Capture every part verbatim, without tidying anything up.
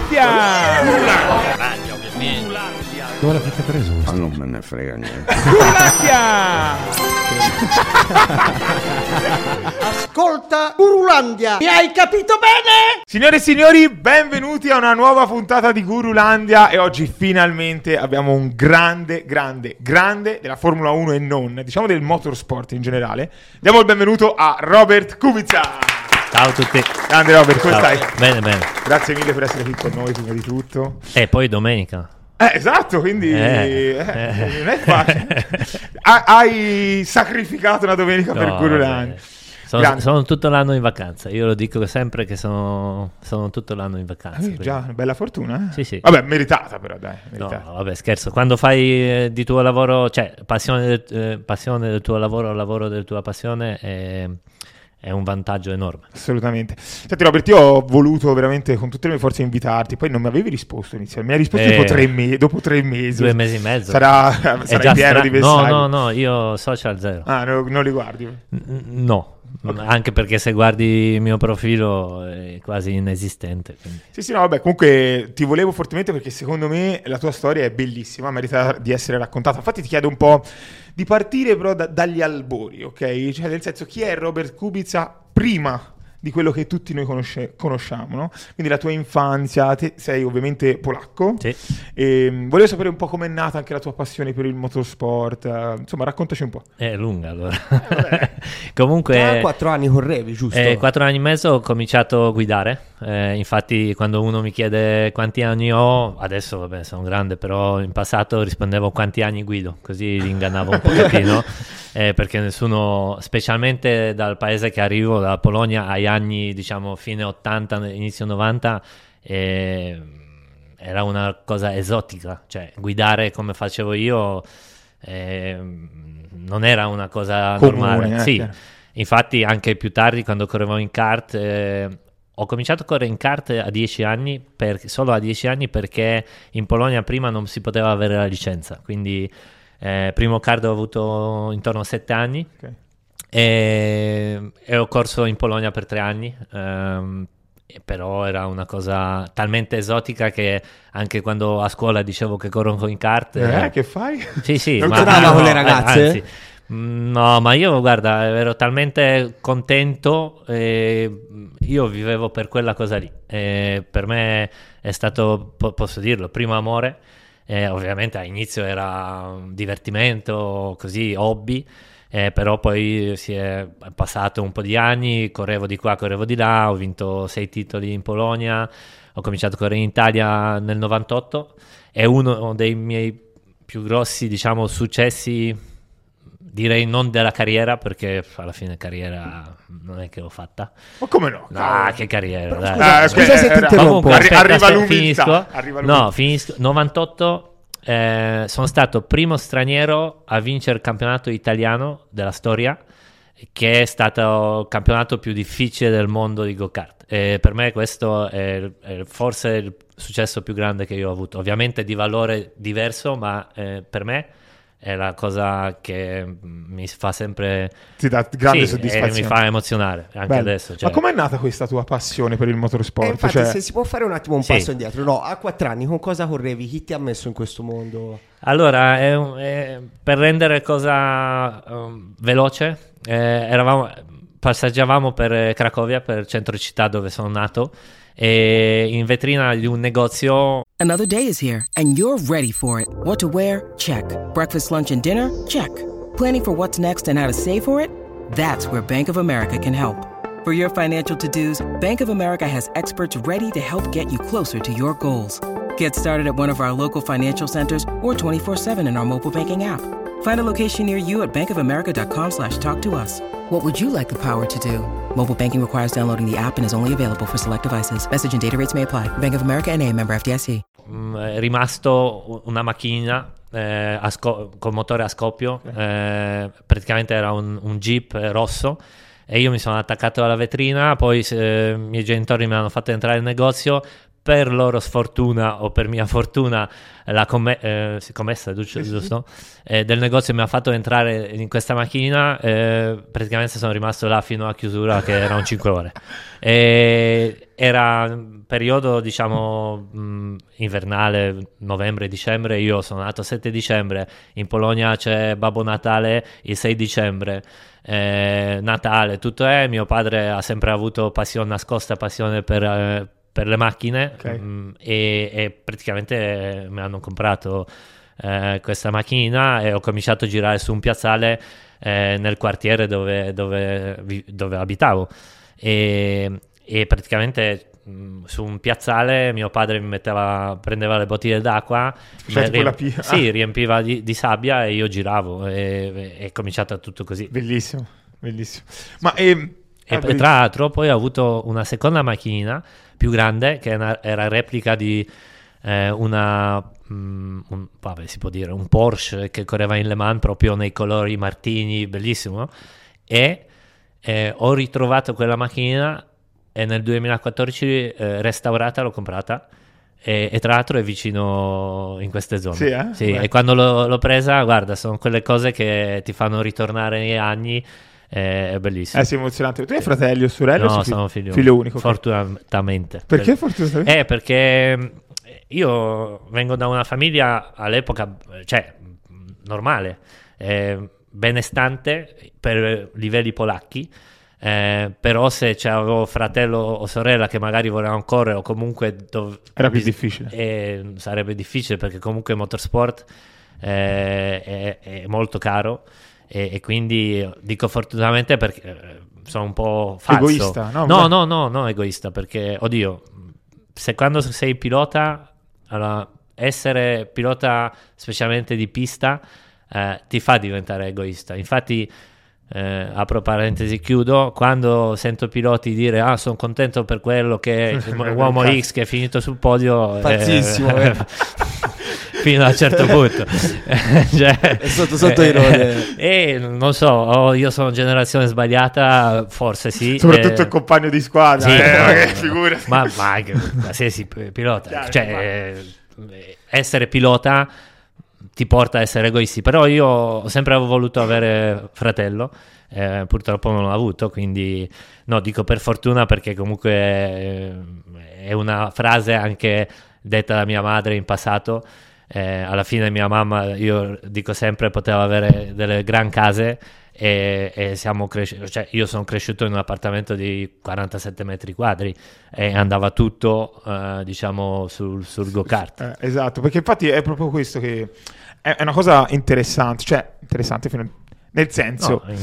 Gurulandia! Gurulandia, ovviamente. Gurulandia. Dove l'avete preso? Ma non me ne frega niente. Gurulandia! Ascolta Gurulandia, mi hai capito bene? Signore e signori, benvenuti a una nuova puntata di Gurulandia e oggi finalmente abbiamo un grande, grande, grande della Formula uno e non, diciamo del motorsport in generale. Diamo il benvenuto a Robert Kubica. Ciao a tutti. Grande Robert, come Ciao. stai? Bene, bene. Grazie mille per essere qui con noi prima di tutto. E poi domenica. Eh, esatto, quindi Eh, eh, eh. non è facile. Ha- hai sacrificato una domenica per No, Gurulandia. vabbè. Sono, Grande. sono tutto l'anno in vacanza. Io lo dico sempre che sono, sono tutto l'anno in vacanza. Eh, già, una bella fortuna. Eh? Sì, sì. Vabbè, meritata però, dai. No, Meritata. vabbè, scherzo. Quando fai eh, di tuo lavoro, cioè passione del, eh, passione del tuo lavoro, lavoro della tua passione, è, è un vantaggio enorme. Assolutamente. Senti Robert, io ho voluto veramente con tutte le mie forze invitarti, poi non mi avevi risposto inizialmente, mi hai risposto Eh, dopo, tre me- dopo tre mesi. Due mesi e mezzo. Sarà, È sarà già pieno stra- di No, messaggi. no, no, io social zero. Ah, no, non li guardi? N- no. Anche perché se guardi il mio profilo è quasi inesistente. Quindi. Sì, sì, no, vabbè, comunque ti volevo fortemente perché secondo me la tua storia è bellissima, merita di essere raccontata. Infatti ti chiedo un po' di partire però da- dagli albori, ok? Cioè nel senso, chi è Robert Kubica prima di quello che tutti noi conosce- conosciamo, no? Quindi la tua infanzia, te sei ovviamente polacco. Sì. E, mh, volevo sapere un po' com'è nata anche la tua passione per il motorsport, eh, insomma raccontaci un po'. È lunga allora. vabbè. Comunque Tra quattro anni correvi, giusto? eh, quattro anni e mezzo ho cominciato a guidare. Eh, infatti quando uno mi chiede quanti anni ho, adesso vabbè sono grande, però in passato rispondevo quanti anni guido, così li ingannavo un pochettino. Eh, perché nessuno, specialmente dal paese che arrivo, dalla Polonia, agli anni diciamo fine ottanta, inizio novanta, eh, era una cosa esotica, cioè guidare come facevo io eh, non era una cosa Comune, normale. eh, Sì, chiaro. infatti anche più tardi quando correvo in kart, eh, ho cominciato a correre in kart a dieci anni, per, solo a dieci anni perché in Polonia prima non si poteva avere la licenza, quindi eh, primo kart ho avuto intorno a sette anni. Ok. E, e ho corso in Polonia per tre anni, ehm, e però era una cosa talmente esotica che anche quando a scuola dicevo che corro in kart, Eh, eh, che fai? sì, sì, Non ma giocava no, con le eh, ragazze? anzi, mm, no, ma io guarda, ero talmente contento, eh, io vivevo per quella cosa lì. E per me è stato, po- posso dirlo, primo amore. Eh, ovviamente all'inizio era un divertimento, così, hobby. Eh, però poi si è passato un po' di anni, correvo di qua, correvo di là, ho vinto sei titoli in Polonia, ho cominciato a correre in Italia nel novantotto, è uno dei miei più grossi, diciamo, successi, direi non della carriera, perché alla fine carriera non è che l'ho fatta. Ma come no? Ah, che carriera, dai. Scusa, Ah, scusa ok, se ti era- interrompo. Comunque, Arri- aspetta, arriva aspetta, l'umiltà, finisco. arriva l'umiltà. No, finisco. novantotto, eh, sono stato primo straniero a vincere il campionato italiano della storia, che è stato il campionato più difficile del mondo di go-kart. E per me questo è, è forse il successo più grande che io ho avuto. Ovviamente di valore diverso, ma eh, per me è la cosa che mi fa sempre Ti dà grande sì, soddisfazione. e mi fa emozionare anche Bello. adesso. Cioè. Ma com'è nata questa tua passione per il motorsport? Eh, infatti, Cioè, se si può fare un attimo un Sì. passo indietro, no, a quattro anni con cosa correvi? Chi ti ha messo in questo mondo? Allora, è un- è- per rendere cosa um, veloce, eh, eravamo, passeggiavamo per eh, Cracovia, per il centro città dove sono nato, e in vetrina di un negozio. Another day is here, and you're ready for it. What to wear? Check. Breakfast, lunch, and dinner? Check. Planning for what's next and how to save for it? That's where Bank of America can help. For your financial to-dos, Bank of America has experts ready to help get you closer to your goals. Get started at one of our local financial centers or twenty-four seven in our mobile banking app. Find a location near you at bankofamerica.com slash talk to us. What would you like the power to do? Mobile banking requires downloading the app and is only available for select devices. Message and data rates may apply. Bank of America N A, member F D I C. mh, è rimasto una macchina eh, a sco- con motore a scoppio, eh, praticamente era un, un Jeep eh, rosso, e io mi sono attaccato alla vetrina, poi eh, i miei genitori mi hanno fatto entrare nel negozio, per loro sfortuna o per mia fortuna la comm- eh, commessa giusto, giusto? Eh, del negozio mi ha fatto entrare in questa macchina, eh, praticamente sono rimasto là fino a chiusura che erano cinque ore. E era un periodo diciamo mh, invernale, novembre-dicembre, io sono nato il sette dicembre, in Polonia c'è Babbo Natale il sei dicembre, eh, Natale, tutto è, mio padre ha sempre avuto passione nascosta, passione per... Eh, per le macchine, okay. mh, e, e praticamente mi hanno comprato eh, questa macchina e ho cominciato a girare su un piazzale eh, nel quartiere dove, dove, dove abitavo e, e praticamente mh, su un piazzale mio padre mi metteva, prendeva le bottiglie d'acqua, cioè, riemp- pia- sì, ah. riempiva di, di sabbia e io giravo e è cominciato tutto così. Bellissimo, bellissimo. Ma ehm, E ah, tra l'altro poi ho avuto una seconda macchina più grande che era, era replica di eh, una, mm, un, vabbè, si può dire, un Porsche che correva in Le Mans proprio nei colori martini, bellissimo, e eh, ho ritrovato quella macchina e nel duemilaquattordici eh, restaurata, l'ho comprata e, e tra l'altro è vicino in queste zone. Sì, eh? Sì, Beh. e quando l'ho, l'ho presa, guarda, sono quelle cose che ti fanno ritornare nei anni. È bellissimo. Eh sì, emozionante. Tu hai fratelli o sorelle? No, o sei sono figlio, figlio unico. Fortunatamente. Perché Per- fortunatamente? Eh, perché io vengo da una famiglia all'epoca, cioè, normale, eh, benestante per livelli polacchi, eh, però se c'avevo fratello o sorella che magari volevano correre o comunque... dov- Era più bis- difficile. eh, sarebbe difficile perché comunque il motorsport eh, è, è molto caro. E, e quindi dico fortunatamente perché eh, sono un po' falso. Egoista, no? No, Beh. no, no, no, egoista, perché, oddio, se quando sei pilota, allora, essere pilota specialmente di pista eh, ti fa diventare egoista. Infatti, eh, apro parentesi, chiudo, quando sento piloti dire ah, sono contento per quello che uomo X che è finito sul podio, Pazzissimo, eh, eh. fino a un certo punto. Cioè, È sotto sotto irone. e non so, oh, io sono generazione sbagliata, forse sì. Soprattutto eh, il compagno di squadra. sì, eh, no, ma che no, figura. ma, ma anche qualsiasi p- pilota, Chiaro, cioè eh, essere pilota ti porta a essere egoisti, però io ho sempre voluto avere fratello, eh, purtroppo non l'ho avuto, quindi no, dico per fortuna perché comunque eh, è una frase anche detta da mia madre in passato. Eh, alla fine mia mamma, io dico sempre, poteva avere delle gran case e, e siamo cresciuti, cioè io sono cresciuto in un appartamento di quarantasette metri quadri e andava tutto eh, diciamo sul, sul go-kart. Eh, esatto, perché infatti è proprio questo che è, è una cosa interessante, cioè interessante fino a- nel senso No, in-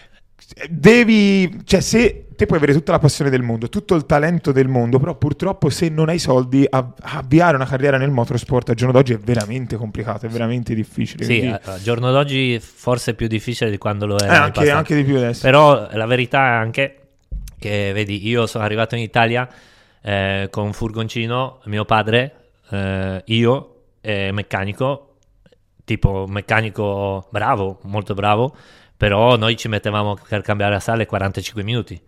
devi, cioè se te puoi avere tutta la passione del mondo, tutto il talento del mondo, però purtroppo se non hai soldi av- avviare una carriera nel motorsport al giorno d'oggi è veramente complicato, è veramente difficile. sì, quindi- a- al giorno d'oggi forse è più difficile di quando lo eh, era nel anche, passato. anche di più adesso. Però la verità è anche che, vedi, io sono arrivato in Italia eh, con un furgoncino, mio padre, eh, io, eh, meccanico, tipo meccanico bravo, molto bravo, però noi ci mettevamo per cambiare la sale quarantacinque minuti.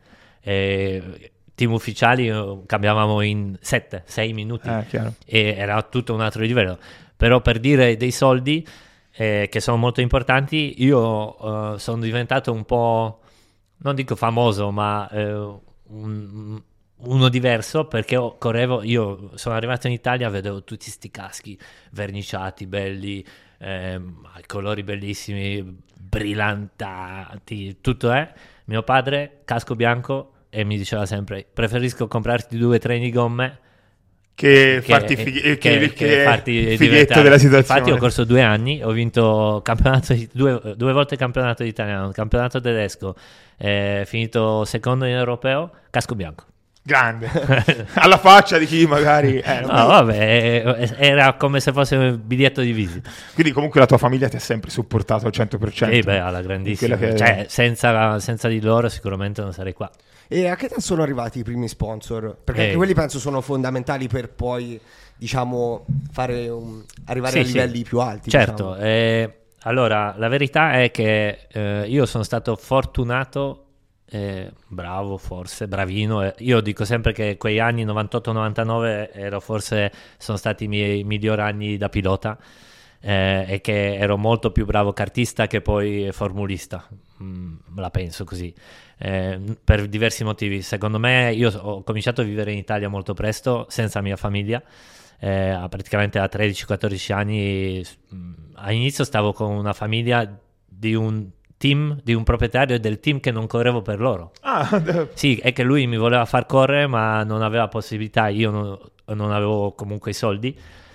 E team ufficiali eh, cambiavamo in sette sei minuti Eh, chiaro. e era tutto un altro livello. Però per dire dei soldi eh, che sono molto importanti, io eh, sono diventato un po', non dico famoso, ma eh, un- uno diverso perché ho- correvo, io sono arrivato in Italia, vedevo tutti sti caschi verniciati, belli, ehm, colori bellissimi, brillantati, tutto è. Mio padre, casco bianco, e mi diceva sempre, preferisco comprarti due treni di gomme Che, farti fighi- che, che, che farti fighetto diventare- della situazione. Infatti ho corso due anni, ho vinto campionato di- due, due volte campionato italiano, campionato tedesco, eh, finito secondo in europeo, casco bianco. Grande. Alla faccia di chi magari... eh, No, non- vabbè, eh, era come se fosse un biglietto di visita. Quindi comunque la tua famiglia ti ha sempre supportato al cento per cento. Sì, beh, alla grandissima. Quella che- Cioè, senza, senza di loro sicuramente non sarei qua. E a che età sono arrivati i primi sponsor? Perché Eh. anche quelli penso sono fondamentali per poi, diciamo, fare un- arrivare Sì, a sì. livelli più alti. Certo, diciamo. eh, allora la verità è che eh, io sono stato fortunato Eh, bravo, forse, bravino. Eh, io dico sempre che quei anni novantotto novantanove ero forse sono stati i miei migliori anni da pilota, eh, e che ero molto più bravo kartista che poi formulista. Mm, la penso così, eh, per diversi motivi. Secondo me io ho cominciato a vivere in Italia molto presto, senza mia famiglia, eh, praticamente a tredici quattordici anni. All'inizio stavo con una famiglia di un team, di un proprietario del team che non correvo per loro. Ah, sì, è che lui mi voleva far correre ma non aveva possibilità, io non, non avevo comunque i soldi,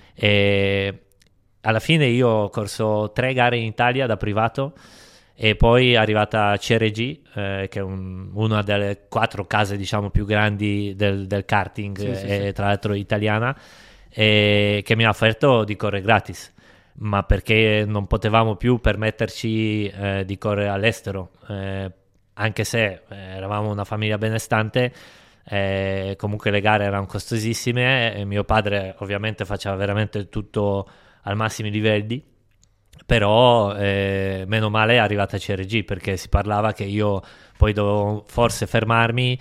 e alla fine io ho corso tre gare in Italia da privato, e poi è arrivata C R G, eh, che è un, una delle quattro case diciamo più grandi del, del karting, sì, sì, e sì. tra l'altro italiana, e che mi ha offerto di correre gratis, ma perché non potevamo più permetterci eh, di correre all'estero, eh, anche se eh, eravamo una famiglia benestante, eh, comunque le gare erano costosissime, e mio padre ovviamente faceva veramente tutto al massimi livelli, però eh, meno male è arrivata C R G, perché si parlava che io poi dovevo forse fermarmi.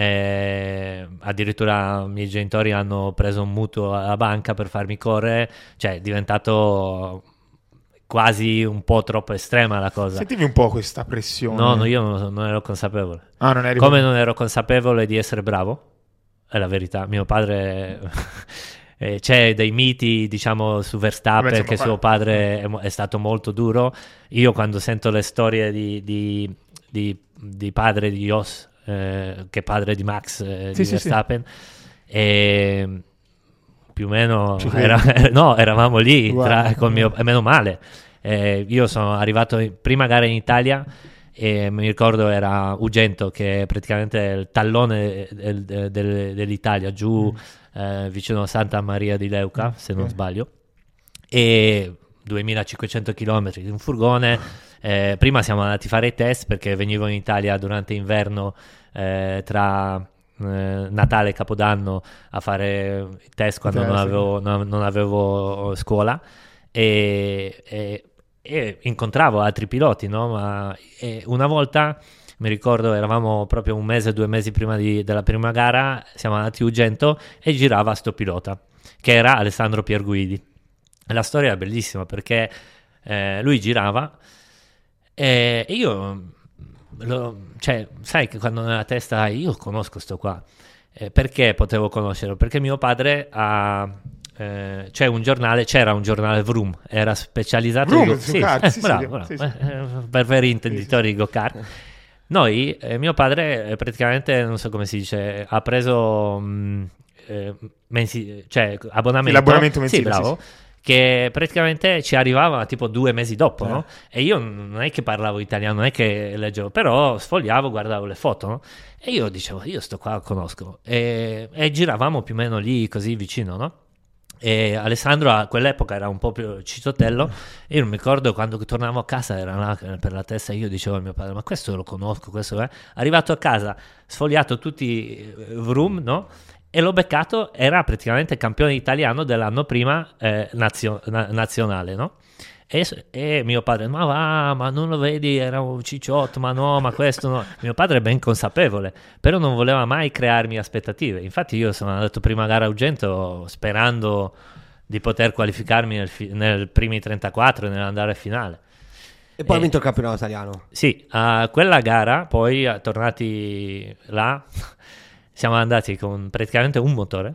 Eh, addirittura i miei genitori hanno preso un mutuo alla banca per farmi correre, cioè è diventato quasi un po' troppo estrema la cosa. Sentivi un po' questa pressione? No, no, io non, non ero consapevole. Ah, non eri Come non ero consapevole di essere bravo, è la verità. Mio padre eh, c'è dei miti diciamo su Verstappen. Vabbè, che suo padre è, è stato molto duro. Io quando sento le storie di, di, di, di padre di Jos, Eh, che padre di Max, eh, sì, di sì, Verstappen, sì. E più o meno era, no, eravamo lì tra, con mio, e meno male, eh, io sono arrivato in prima gara in Italia e mi ricordo era Ugento, che è praticamente il tallone del, del, del, dell'Italia, giù mm. eh, vicino a Santa Maria di Leuca, se non okay. sbaglio, e duemilacinquecento chilometri di un furgone. Eh, prima siamo andati a fare i test, perché venivo in Italia durante inverno, eh, tra eh, Natale e Capodanno, a fare i test quando non avevo, non, non avevo scuola, e, e, e incontravo altri piloti, no? Ma e una volta mi ricordo eravamo proprio un mese, due mesi prima di, della prima gara, siamo andati a Ugento e girava sto pilota che era Alessandro Pierguidi. La storia è bellissima, perché eh, lui girava e io, lo, cioè, sai che quando nella testa io conosco sto qua, eh, perché potevo conoscerlo? Perché mio padre ha, eh, c'è un giornale, c'era un giornale Vroom, era specializzato Vroom, in sì, go- sì, sì, eh, bravo, sì, bravo, sì, sì. Eh, per veri intenditori sì, sì. di go-kart. Noi, eh, mio padre, eh, praticamente, non so come si dice, ha preso mh, eh, mensi- cioè abbonamento, l'abbonamento mensile, sì, bravo. Sì, sì. Che praticamente ci arrivava tipo due mesi dopo, eh. no? E io non è che parlavo italiano, non è che leggevo, però sfogliavo, guardavo le foto, no? E io dicevo, io sto qua, conosco. E, e giravamo più o meno lì, così vicino, no? E Alessandro a quell'epoca era un po' più cicciottello. Io non mi ricordo, quando tornavo a casa era là per la testa, io dicevo a mio padre, ma questo lo conosco, questo è. Arrivato a casa, sfogliato tutti Vroom, no? E l'ho beccato, era praticamente campione italiano dell'anno prima, eh, nazio- na- nazionale, no? E, e mio padre, ma va, ma non lo vedi, era un cicciotto, ma no, ma questo no. Mio padre è ben consapevole, però non voleva mai crearmi aspettative. Infatti io sono andato prima gara a Ugento sperando di poter qualificarmi nel, fi- nel primi trentaquattro e nell'andare finale. E poi ha e, vinto il campionato italiano. Sì, a quella gara, poi tornati là, siamo andati con praticamente un motore.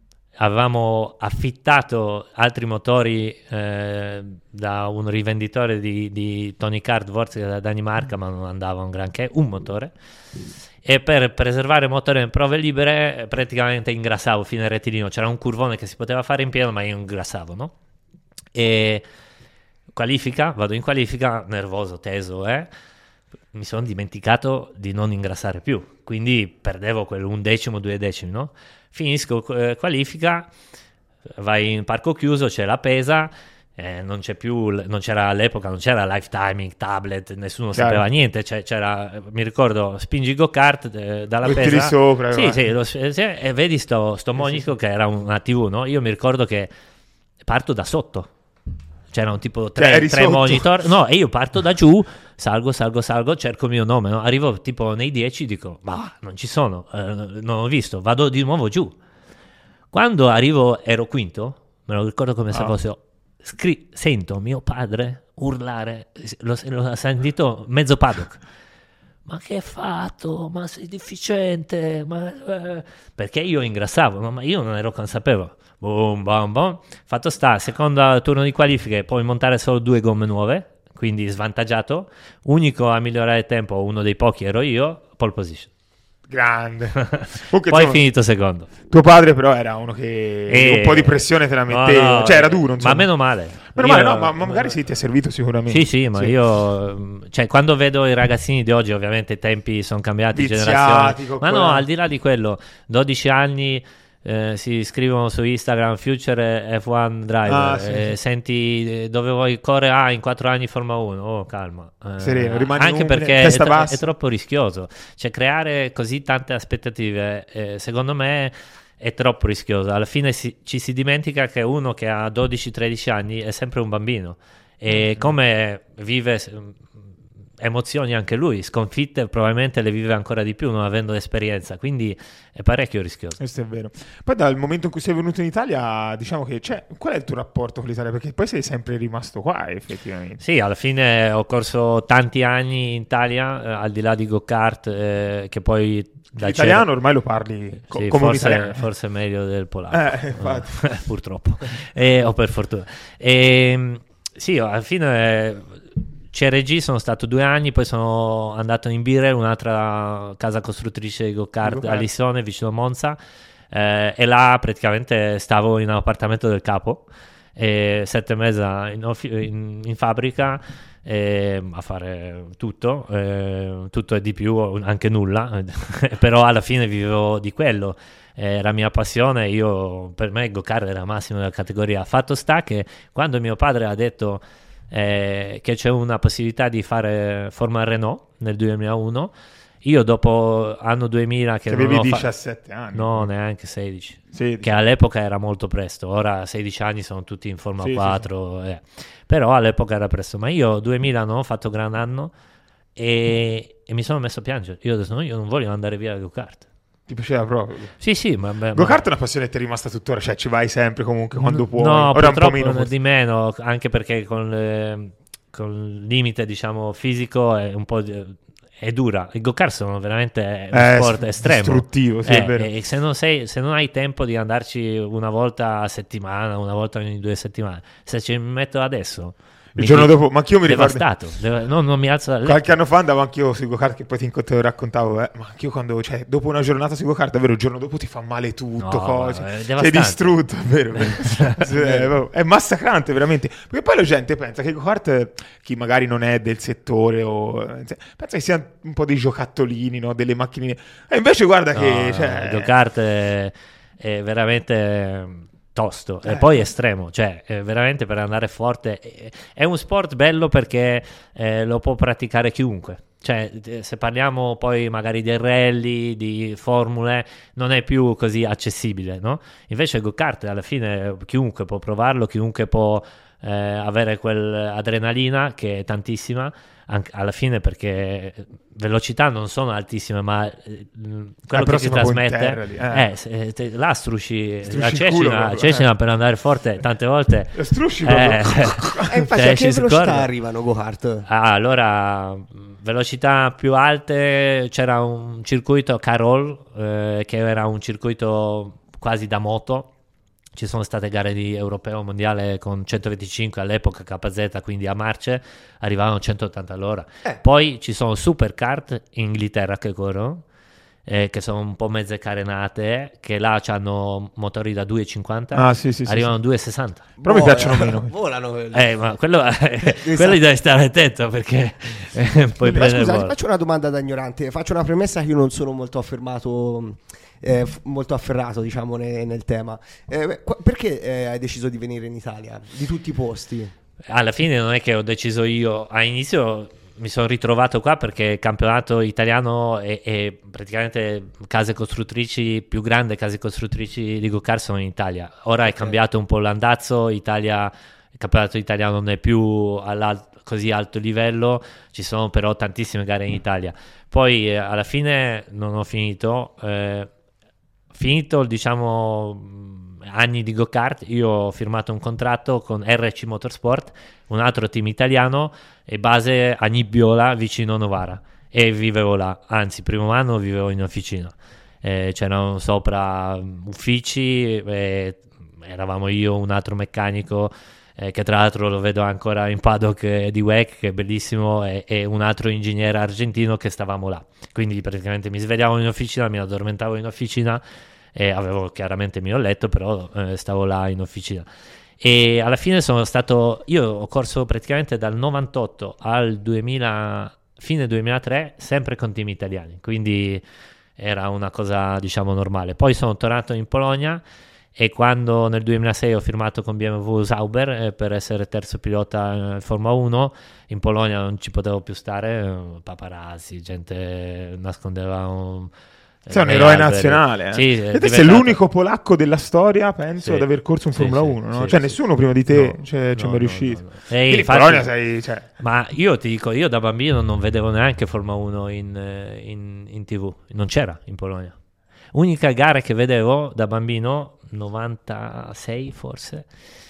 Avevamo affittato altri motori eh, da un rivenditore di, di Tony Kart Vortex da Danimarca, ma non andava un granché, un motore. E per preservare il motore in prove libere praticamente ingrassavo fino al rettilineo. C'era un curvone che si poteva fare in pieno, ma io ingrassavo, no? E qualifica, vado in qualifica, nervoso, teso, eh? Mi sono dimenticato di non ingrassare più, quindi perdevo quell'un decimo, due decimi, no? Finisco eh, qualifica, vai in parco chiuso, c'è la pesa, eh, non c'è più, non c'era all'epoca, non c'era live timing, tablet, nessuno Chiaro. sapeva niente, cioè, c'era, mi ricordo, spingi go-kart eh, dalla Metti pesa, sopra, sì, sì, lo, sì, e vedi sto, sto monico sì, sì. che era una tivù, no? Io mi ricordo che parto da sotto, c'erano tipo Cioè, tre, eri tre sotto. monitor, no, e io parto da giù, salgo, salgo, salgo, cerco il mio nome, no? Arrivo tipo nei dieci, dico, ma non ci sono, eh, non ho visto, vado di nuovo giù. Quando arrivo, ero quinto, me lo ricordo come se Ah. fosse, scri- sento mio padre urlare, l'ho, l'ho sentito mezzo paddock. Ma che hai fatto? Ma sei deficiente? Ma, eh, perché io ingrassavo, no? Ma io non ero consapevole. Boom, boom, boom. Fatto sta, secondo turno di qualifiche, puoi montare solo due gomme nuove, quindi svantaggiato. Unico a migliorare il tempo, uno dei pochi ero io, pole position. Grande. Comunque, Poi insomma, finito secondo. tuo padre però era uno che E- un po' di pressione te la No, metteva, no, cioè era duro, insomma. Ma meno male. Meno Io- male, no, ma, ma magari sì, ti è servito sicuramente. Sì, sì, ma io, cioè, quando vedo i ragazzini di oggi, ovviamente i tempi sono cambiati, Viziati, generazioni. con Ma quella- no, al di là di quello, dodici anni eh, si scrivono su Instagram Future F uno Driver, Ah, sì, eh, sì. senti eh, dove vuoi correre, ah, in quattro anni Formula uno, oh, calma. Eh, Sereno, rimani anche umile, perché è, testa tro- bassa. è troppo rischioso, cioè creare così tante aspettative, eh, secondo me è troppo rischioso. Alla fine si- ci si dimentica che uno che ha dodici tredici anni è sempre un bambino e come vive s- emozioni anche lui, sconfitte probabilmente le vive ancora di più non avendo esperienza, quindi è parecchio rischioso. Questo è vero. Poi dal momento in cui sei venuto in Italia, diciamo che c'è, qual è il tuo rapporto con l'Italia? Perché poi sei sempre rimasto qua, effettivamente. Sì, alla fine ho corso tanti anni in Italia, eh, al di là di go-kart, eh, che poi da L'italiano ormai lo parli co- Sì, come un forse, italiano. forse meglio del polacco, Eh, infatti. purtroppo, e, o per fortuna. E, sì, alla fine eh, C R G sono stato due anni, poi sono andato in Birel, un'altra casa costruttrice di go-kart Go-kart. a Lissone, vicino a Monza, eh, e là praticamente stavo in un appartamento del capo, e sette mesi in, offi- in- in fabbrica, eh, a fare tutto, eh, tutto e di più, anche nulla, però alla fine vivevo di quello. Era mia passione, io, per me il go-kart era massimo della categoria. Fatto sta che quando mio padre ha detto eh, che c'è una possibilità di fare Formula Renault nel duemilauno, io dopo anno duemila che Che non avevi ho fa- diciassette anni. no, neanche sedici, Sì, che all'epoca era molto presto, ora sedici anni sono tutti in Formula Sì, sì, quattro, eh. Però all'epoca era presto, ma io duemila non ho fatto gran anno e, e mi sono messo a piangere, io ho detto no, io non voglio andare via dal go-kart. ti piaceva proprio. Sì, sì, ma, ma Go-kart è una passione che ti è rimasta tuttora, cioè ci vai sempre comunque quando puoi. No, Ora un po' purtroppo meno. forse. di meno, anche perché con, le- con il limite, diciamo, fisico è un po' di- è dura. I go-kart sono veramente un Eh, sport s- estremo. distruttivo, sì, Eh, è vero. e se non, sei, se non hai tempo di andarci una volta a settimana, una volta ogni due settimane, se ci metto adesso... Il mi giorno di- dopo, ma anch'io mi ricordo. devastato. Deva- no, non mi alzo dal letto. Qualche anno fa andavo anch'io sui go-kart, che poi ti, te lo raccontavo, eh. Ma anch'io quando, cioè, dopo una giornata sui go-kart, davvero, il giorno dopo ti fa male tutto, No, cose. ma è Sei devastante. distrutto, è vero. vero. Sì, è, vero. È massacrante, veramente. Perché poi la gente pensa che i go-kart, chi magari non è del settore, o pensa che siano un po' dei giocattolini, no? Delle macchinine. E invece guarda che... No, cioè, il go-kart è, è veramente tosto Eh. e poi estremo, cioè è veramente per andare forte. È, è un sport bello perché eh, lo può praticare chiunque. Cioè, eh, se parliamo poi magari di rally, di formule, non è più così accessibile, no? Invece il go-kart alla fine chiunque può provarlo, chiunque può eh, avere quell'adrenalina che è tantissima, anche alla fine, perché velocità non sono altissime, ma eh, quello però che ti siamo proprio in trasmette terra lì, eh. eh, se- te- là strusci, Strusci la il Cecina, culo proprio, Cecina eh. per andare forte tante volte Lo strusci eh, proprio. E infatti cioè, a che ci si velocità accorge. arrivano go-kart? Ah, allora, mh, velocità più alte, c'era un circuito Carol, eh, che era un circuito quasi da moto. Ci sono state gare di europeo mondiale con centoventicinque all'epoca K Z, quindi a marce arrivavano a centottanta all'ora. Eh. Poi ci sono superkart in Inghilterra che corrono, eh, che sono un po' mezze carenate, che là hanno motori da due e cinquanta, Ah, sì, sì, sì, arrivano sì. a due e sessanta. Però mi Vola- piacciono meno. Volano quelli. Eh, ma quello, Esatto. quello devi stare attento perché eh, puoi Ma prendere scusa, ti volo. faccio una domanda da ignorante. Faccio una premessa che io non sono molto affermato, eh, f- molto afferrato, diciamo, ne- nel tema. Eh, qu- perché eh, hai deciso di venire in Italia? Di tutti i posti? Alla fine non è che ho deciso io, all'inizio mi sono ritrovato qua perché il campionato italiano e, e praticamente case costruttrici, più grandi case costruttrici di go-kart sono in Italia. Ora è cambiato un po' l'andazzo, Italia il campionato italiano non è più all'alto così alto livello, ci sono però tantissime gare in Italia. Poi eh, alla fine non ho finito, eh, finito diciamo anni di go-kart, io ho firmato un contratto con R C Motorsport, un altro team italiano, e base a Nibbiola vicino Novara, e vivevo là, anzi primo anno vivevo in officina, eh, c'erano sopra uffici, eh, eravamo io, un altro meccanico, Eh, che tra l'altro lo vedo ancora in paddock eh, di W E C, che è bellissimo, e, e un altro ingegnere argentino che stavamo là. Quindi praticamente mi svegliavo in officina, mi addormentavo in officina, e avevo chiaramente il mio letto, però eh, stavo là in officina. E alla fine sono stato, io ho corso praticamente dal novantotto al duemila, fine duemilatré, sempre con team italiani, quindi era una cosa diciamo normale. Poi sono tornato in Polonia, e quando nel duemilasei ho firmato con B M W Sauber eh, per essere terzo pilota in Formula uno, in Polonia non ci potevo più stare, eh, paparazzi, gente nascondeva un... Sei un eroe nazionale, eh. Sì, e te diventato... sei l'unico polacco della storia, penso, sì, ad aver corso in sì, Formula sì, uno, no? sì, Cioè sì, nessuno sì. prima di te no, c'è, c'è no, mai no, riuscito. no, no. Quindi in infatti, Polonia sei... Cioè... Ma io ti dico, io da bambino non vedevo neanche Formula uno in, in, in tivù, non c'era in Polonia. Unica gara che vedevo da bambino, novantasei forse,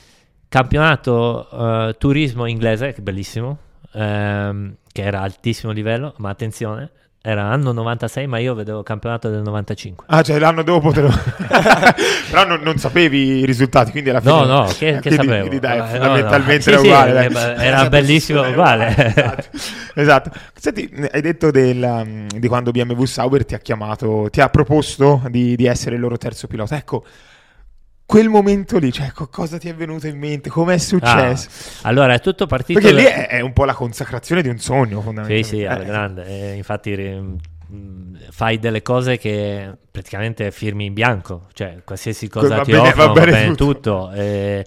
campionato uh, turismo inglese, che bellissimo, ehm, che era altissimo livello, ma attenzione, era anno novantasei, ma io vedevo campionato del novantacinque. Ah, cioè l'anno dopo te lo... Però non, non sapevi i risultati, quindi alla fine... No, no, che, eh, che quindi, sapevo. quindi dai, No, fondamentalmente no. era Sì, uguale. sì, dai. era esatto, bellissimo uguale. Esatto. Esatto. Senti, hai detto del, di quando B M W Sauber ti ha chiamato, ti ha proposto di, di essere il loro terzo pilota. Ecco, quel momento lì, cioè, cosa ti è venuto in mente? Com'è successo? Ah, allora, è tutto partito... Perché da... lì è, è un po' la consacrazione di un sogno, fondamentalmente. Sì, sì, alla eh. grande. Eh, infatti mh, fai delle cose che praticamente firmi in bianco, cioè qualsiasi cosa Va ti bene, offrono, va va bene bene tutto. tutto. E,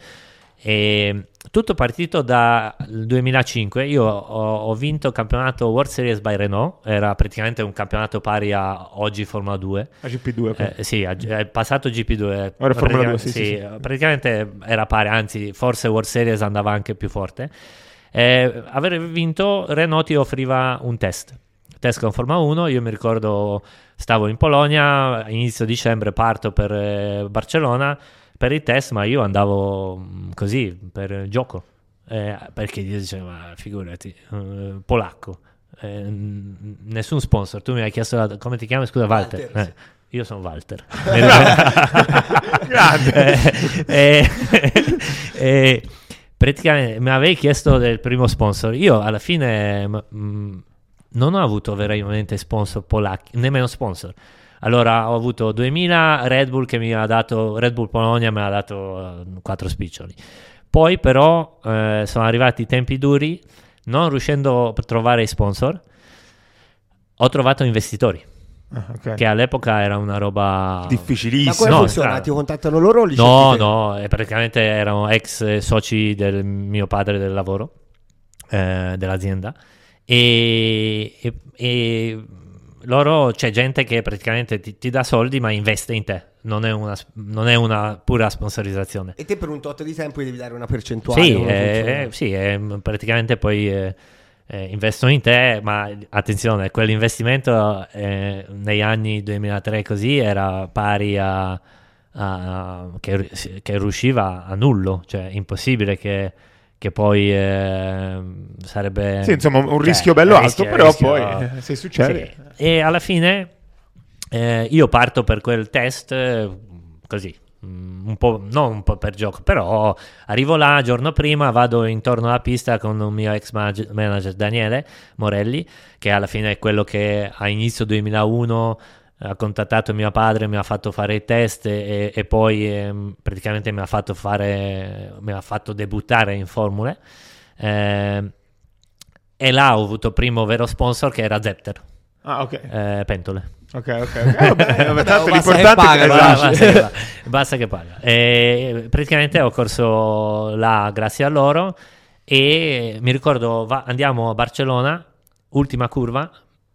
e tutto partito dal duemilacinque. Io ho, ho vinto il campionato World Series by Renault, era praticamente un campionato pari a oggi Formula due. A G P due, ok. Eh, sì, è passato G P due. Ora Formula due, sì, sì, sì, sì. praticamente era pari, anzi forse World Series andava anche più forte. Eh, aver vinto, Renault ti offriva un test test con Formula uno. Io mi ricordo, stavo in Polonia, inizio dicembre parto per eh, Barcellona per il test, ma io andavo mh, così per gioco, eh, perché io dicevo, ma figurati, eh, polacco, eh, n- nessun sponsor. Tu mi hai chiesto la, come ti chiami, scusa? Walter, Walter, eh, io sono Walter. Grande. eh, eh, eh, praticamente mi avevi chiesto del primo sponsor. Io alla fine mh, non ho avuto veramente sponsor polacchi, nemmeno sponsor. Allora ho avuto duemila Red Bull che mi ha dato, Red Bull Polonia mi ha dato uh, quattro spiccioli. Poi però eh, sono arrivati i tempi duri, non riuscendo a trovare sponsor, ho trovato investitori. Ah, okay. Che all'epoca era una roba difficilissima. Ma come No, funziona? strano. Ti contattano loro o li No, cerchi te? no, e praticamente erano ex soci del mio padre del lavoro, eh, dell'azienda, e, e, e loro, c'è gente che praticamente ti, ti dà soldi ma investe in te, non è una, non è una pura sponsorizzazione. E te per un tot di tempo gli devi dare una percentuale? Sì, come eh, funziona? eh, sì eh, praticamente poi eh, eh, investono in te, ma attenzione, quell'investimento eh, negli anni duemilatré così era pari a, a che, che riusciva a nullo, cioè impossibile che, che poi eh, sarebbe... Sì, insomma, un cioè, rischio bello rischio- alto, però rischio- poi eh, se succede... sì. E alla fine eh, io parto per quel test eh, così, mm, un po', non un po' per gioco, però arrivo là, giorno prima vado intorno alla pista con un mio ex mag- manager Daniele Morelli, che alla fine è quello che a inizio duemilauno ha contattato mio padre, mi ha fatto fare i test e, e poi ehm, praticamente mi ha fatto fare, mi ha fatto debuttare in formule, eh, e là ho avuto il primo vero sponsor che era Zepter, Ah, ok. eh, pentole. Ok, ok, ok. Eh, vabbè, vabbè, tanto basta che l'importante paga, è dai. esatto. Basta che, paga, basta che paga. E praticamente ho corso là grazie a loro e mi ricordo va, andiamo a Barcellona, ultima curva,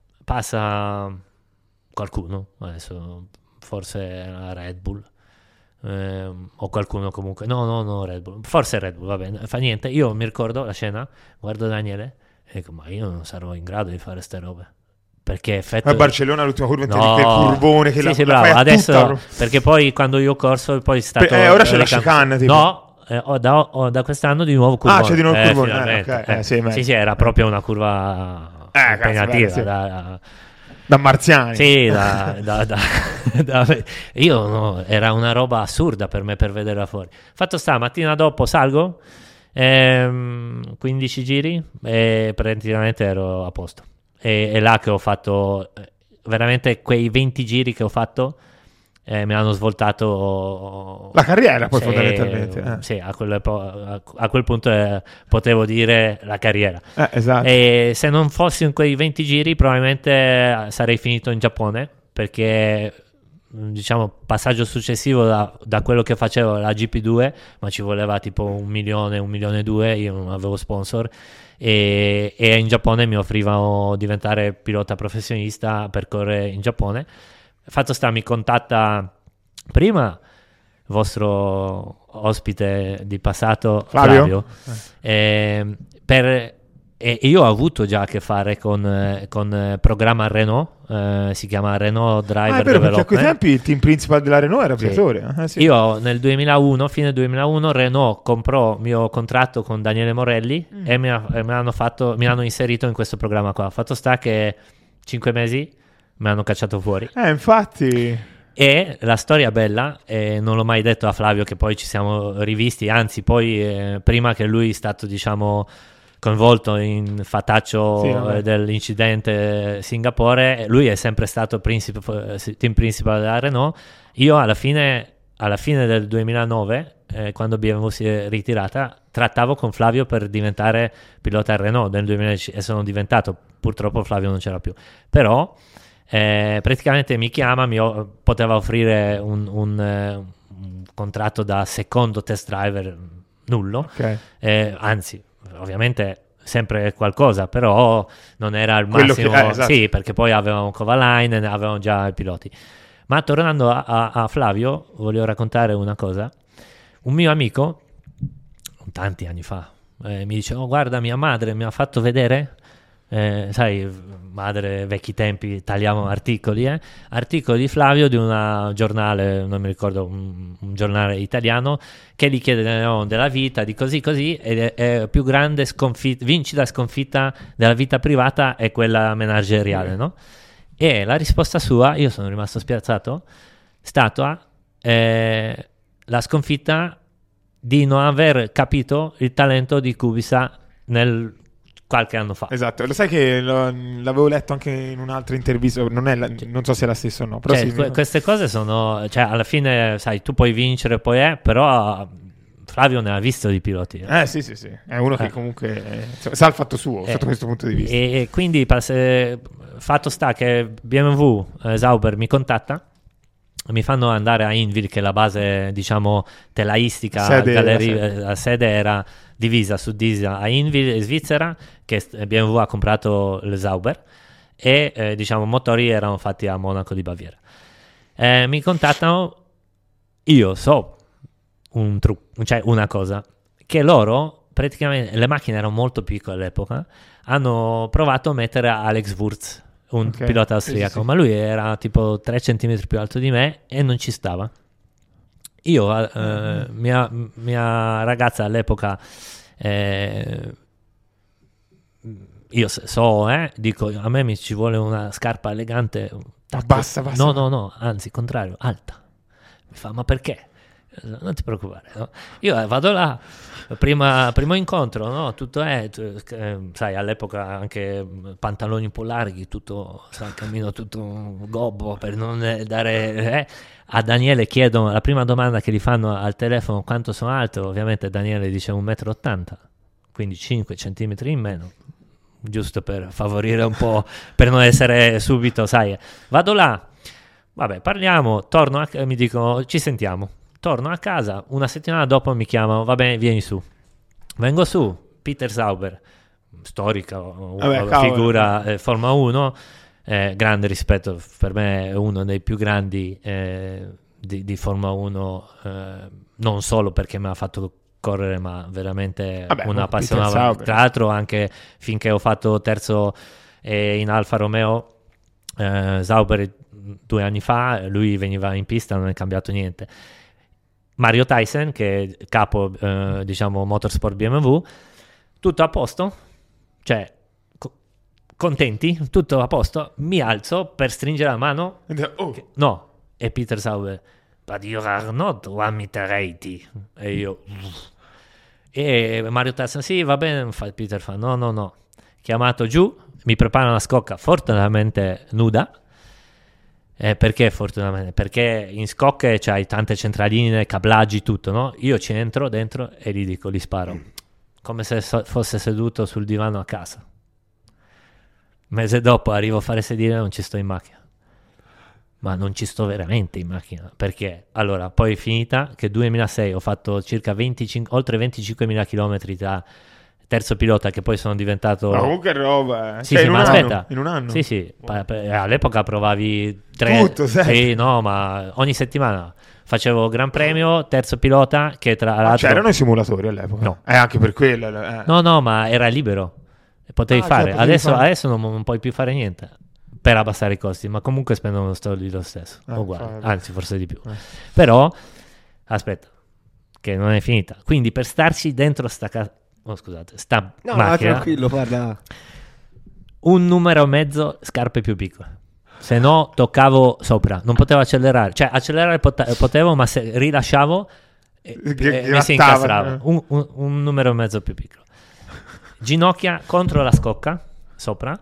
passa qualcuno, adesso forse la Red Bull, eh, o qualcuno comunque, no no no Red Bull, forse Red Bull, va bene, fa niente, io mi ricordo la scena, guardo Daniele e dico ma io non sarò in grado di fare ste robe, perché effetto... a Barcellona l'ultima curva no, quel curvone che sì, la, sì, la bravo, fai a adesso tutta... perché poi quando io ho corso poi è stato eh, ora c'è le la can- chicane tipo. no eh, ho da, ho da quest'anno di nuovo curvone. Ah, c'è di nuovo il eh, curvone, finalmente, eh, ok, eh. eh, sì, sì sì era proprio una curva eh, impegnativa, cazzo, beh, sì. da, da marziani. sì, da, da, da, da, io no, era una roba assurda per me per vederla fuori. Fatto sta, mattina dopo salgo, ehm, quindici giri e praticamente ero a posto. E è là che ho fatto veramente quei venti giri che ho fatto. Eh, mi hanno svoltato la carriera poi sì, fondamentalmente eh. sì, a quel, a quel punto eh, potevo dire la carriera eh, esatto. E se non fossi in quei venti giri probabilmente sarei finito in Giappone, perché diciamo passaggio successivo da, da quello che facevo la G P due, ma ci voleva tipo un milione, un milione e due, io non avevo sponsor e, e in Giappone mi offrivano diventare pilota professionista per correre in Giappone. Fatto sta, mi contatta prima il vostro ospite di passato Flavio, Flavio eh. Eh, per, e io ho avuto già a che fare con, con programma Renault, eh, si chiama Renault Driver ah, è vero, perché a quei Development. tempi il team principal della Renault era Briatore Sì. eh, sì. Io nel duemilauno, fine duemilauno, Renault comprò il mio contratto con Daniele Morelli mm. e, mi, ha, e mi, hanno fatto, mi hanno inserito in questo programma qua. Fatto sta che cinque mesi mi hanno cacciato fuori. Eh, infatti. E la storia bella, eh, non l'ho mai detto a Flavio che poi ci siamo rivisti, anzi poi eh, prima che lui è stato diciamo coinvolto in fataccio sì, eh, dell'incidente Singapore, lui è sempre stato princip- team principal della Renault. Io alla fine, alla fine del duemilanove, eh, quando B M W si è ritirata, trattavo con Flavio per diventare pilota Renault nel duemiladieci e sono diventato, purtroppo Flavio non c'era più, però Eh, praticamente mi chiama, mi o- poteva offrire un, un, eh, un contratto da secondo test driver nullo, okay. eh, anzi ovviamente sempre qualcosa, però non era il massimo che, eh, esatto. Sì, perché poi avevamo Kovalainen, avevamo già i piloti. Ma tornando a, a, a Flavio, voglio raccontare una cosa. Un mio amico tanti anni fa eh, mi dice: oh, guarda, mia madre mi ha fatto vedere, Eh, sai, madre, vecchi tempi, tagliamo articoli, eh? articoli di Flavio di un giornale, non mi ricordo, un, un giornale italiano, che gli chiede no, della vita, di così così, e è più grande sconfitta, vincita sconfitta della vita privata è quella manageriale, no? E la risposta sua, io sono rimasto spiazzato, stata eh, la sconfitta di non aver capito il talento di Kubica nel qualche anno fa. Esatto, lo sai che lo, l'avevo letto anche in un'altra intervista, non, è la, non so se è la stessa o no, però cioè, sì, que- queste cose sono, cioè alla fine sai, tu puoi vincere, poi è, però Flavio ne ha visto di piloti. Eh, eh sì sì sì, è uno eh. che comunque eh, sa il fatto suo, eh. sotto questo punto di vista. E, e quindi passe, fatto sta che B M W eh, Sauber mi contatta, mi fanno andare a Inville, che è la base diciamo telaistica, sede, galleria, la, sede. la sede era divisa su Disa a Inville in Svizzera, che B M W ha comprato il Sauber, e eh, diciamo motori erano fatti a Monaco di Baviera. Eh, mi contattano, io so un trucco, cioè una cosa, che loro praticamente, le macchine erano molto piccole all'epoca, hanno provato a mettere Alex Wurz, un okay. pilota austriaco, sì, sì. ma lui era tipo tre centimetri più alto di me e non ci stava. Io, eh, mm-hmm. mia, mia ragazza all'epoca, eh, io so, eh, dico, a me mi ci vuole una scarpa elegante, un tacco, bassa, bassa. No, no, no, anzi, contrario, alta. Mi fa, ma perché? Non ti preoccupare, no? Io eh, vado là, prima, primo incontro, no? Tutto è, eh, sai, all'epoca anche pantaloni un po' larghi, tutto, sai, cammino tutto gobbo per non dare... Eh. A Daniele chiedono, la prima domanda che gli fanno al telefono, quanto sono alto, ovviamente Daniele dice un metro e ottanta, quindi cinque centimetri in meno, giusto per favorire un po', per non essere subito, sai, vado là, vabbè, parliamo, torno, a, mi dicono, ci sentiamo. Torno a casa, una settimana dopo mi chiamano, va bene, vieni su. Vengo su, Peter Sauber, storica Vabbè, figura eh, Formula uno, eh, grande rispetto, per me è uno dei più grandi eh, di, di Formula uno, eh, non solo perché mi ha fatto correre, ma veramente Vabbè, una no, passione. Tra l'altro anche finché ho fatto terzo eh, in Alfa Romeo, eh, Sauber due anni fa, lui veniva in pista, non è cambiato niente. Mario Tyson, che è capo eh, diciamo Motorsport B M W, tutto a posto, cioè co- contenti, tutto a posto, mi alzo per stringere la mano, Oh. che, no, e Peter Sauber, but you are not one meter eighty, e io e Mario Tyson, sì va bene, fa, Peter fa no no no, chiamato giù, mi prepara una scocca fortunatamente nuda. Eh, perché fortunatamente? Perché in scocche c'hai tante centraline, cablaggi, tutto, no? Io ci entro dentro e gli dico, gli sparo, come se so- fosse seduto sul divano a casa. Mese dopo arrivo a fare sedile e non ci sto in macchina. Ma non ci sto veramente in macchina. Perché? Allora, poi finita che duemilasei ho fatto circa venticinque, oltre venticinquemila chilometri da terzo pilota, che poi sono diventato... Ma comunque roba, eh. Sì, Cioè, sì, in ma un aspetta. anno, in un anno. Sì, sì, pa- pa- all'epoca provavi tre... Tutto, sai. Sì, no, ma ogni settimana facevo Gran Premio, terzo pilota, che tra Ma l'altro... c'erano i simulatori all'epoca? No. Eh, anche per quello. Eh. No, no, ma era libero. Potevi Ah, fare. cioè, potevi adesso fare. adesso non, non puoi più fare niente per abbassare i costi, ma comunque spendono soldi lo stesso. Eh, Uguale, fa- anzi forse di più. Eh. Però, aspetta, che non è finita. Quindi per starci dentro sta ca- oh, scusate, sta No, ma macchina, tranquillo, guarda. un numero e mezzo scarpe più piccole. Se no toccavo sopra, non potevo accelerare. Cioè accelerare pot- potevo, ma se rilasciavo eh, Che- eh, mi si grattava, incastrava. eh. Un, un- un numero e mezzo più piccolo. Ginocchia contro la scocca sopra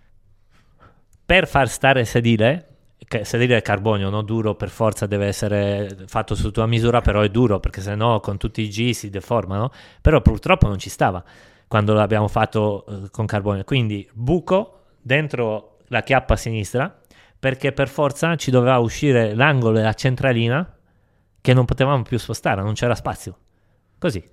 per far stare il sedile, che sedile è carbonio, no? Duro, per forza deve essere fatto su tua misura, però è duro perché sennò con tutti i G si deformano. Però purtroppo non ci stava quando l'abbiamo fatto eh, con carbonio, quindi buco dentro la chiappa a sinistra, perché per forza ci doveva uscire l'angolo e la centralina che non potevamo più spostare, non c'era spazio. Così.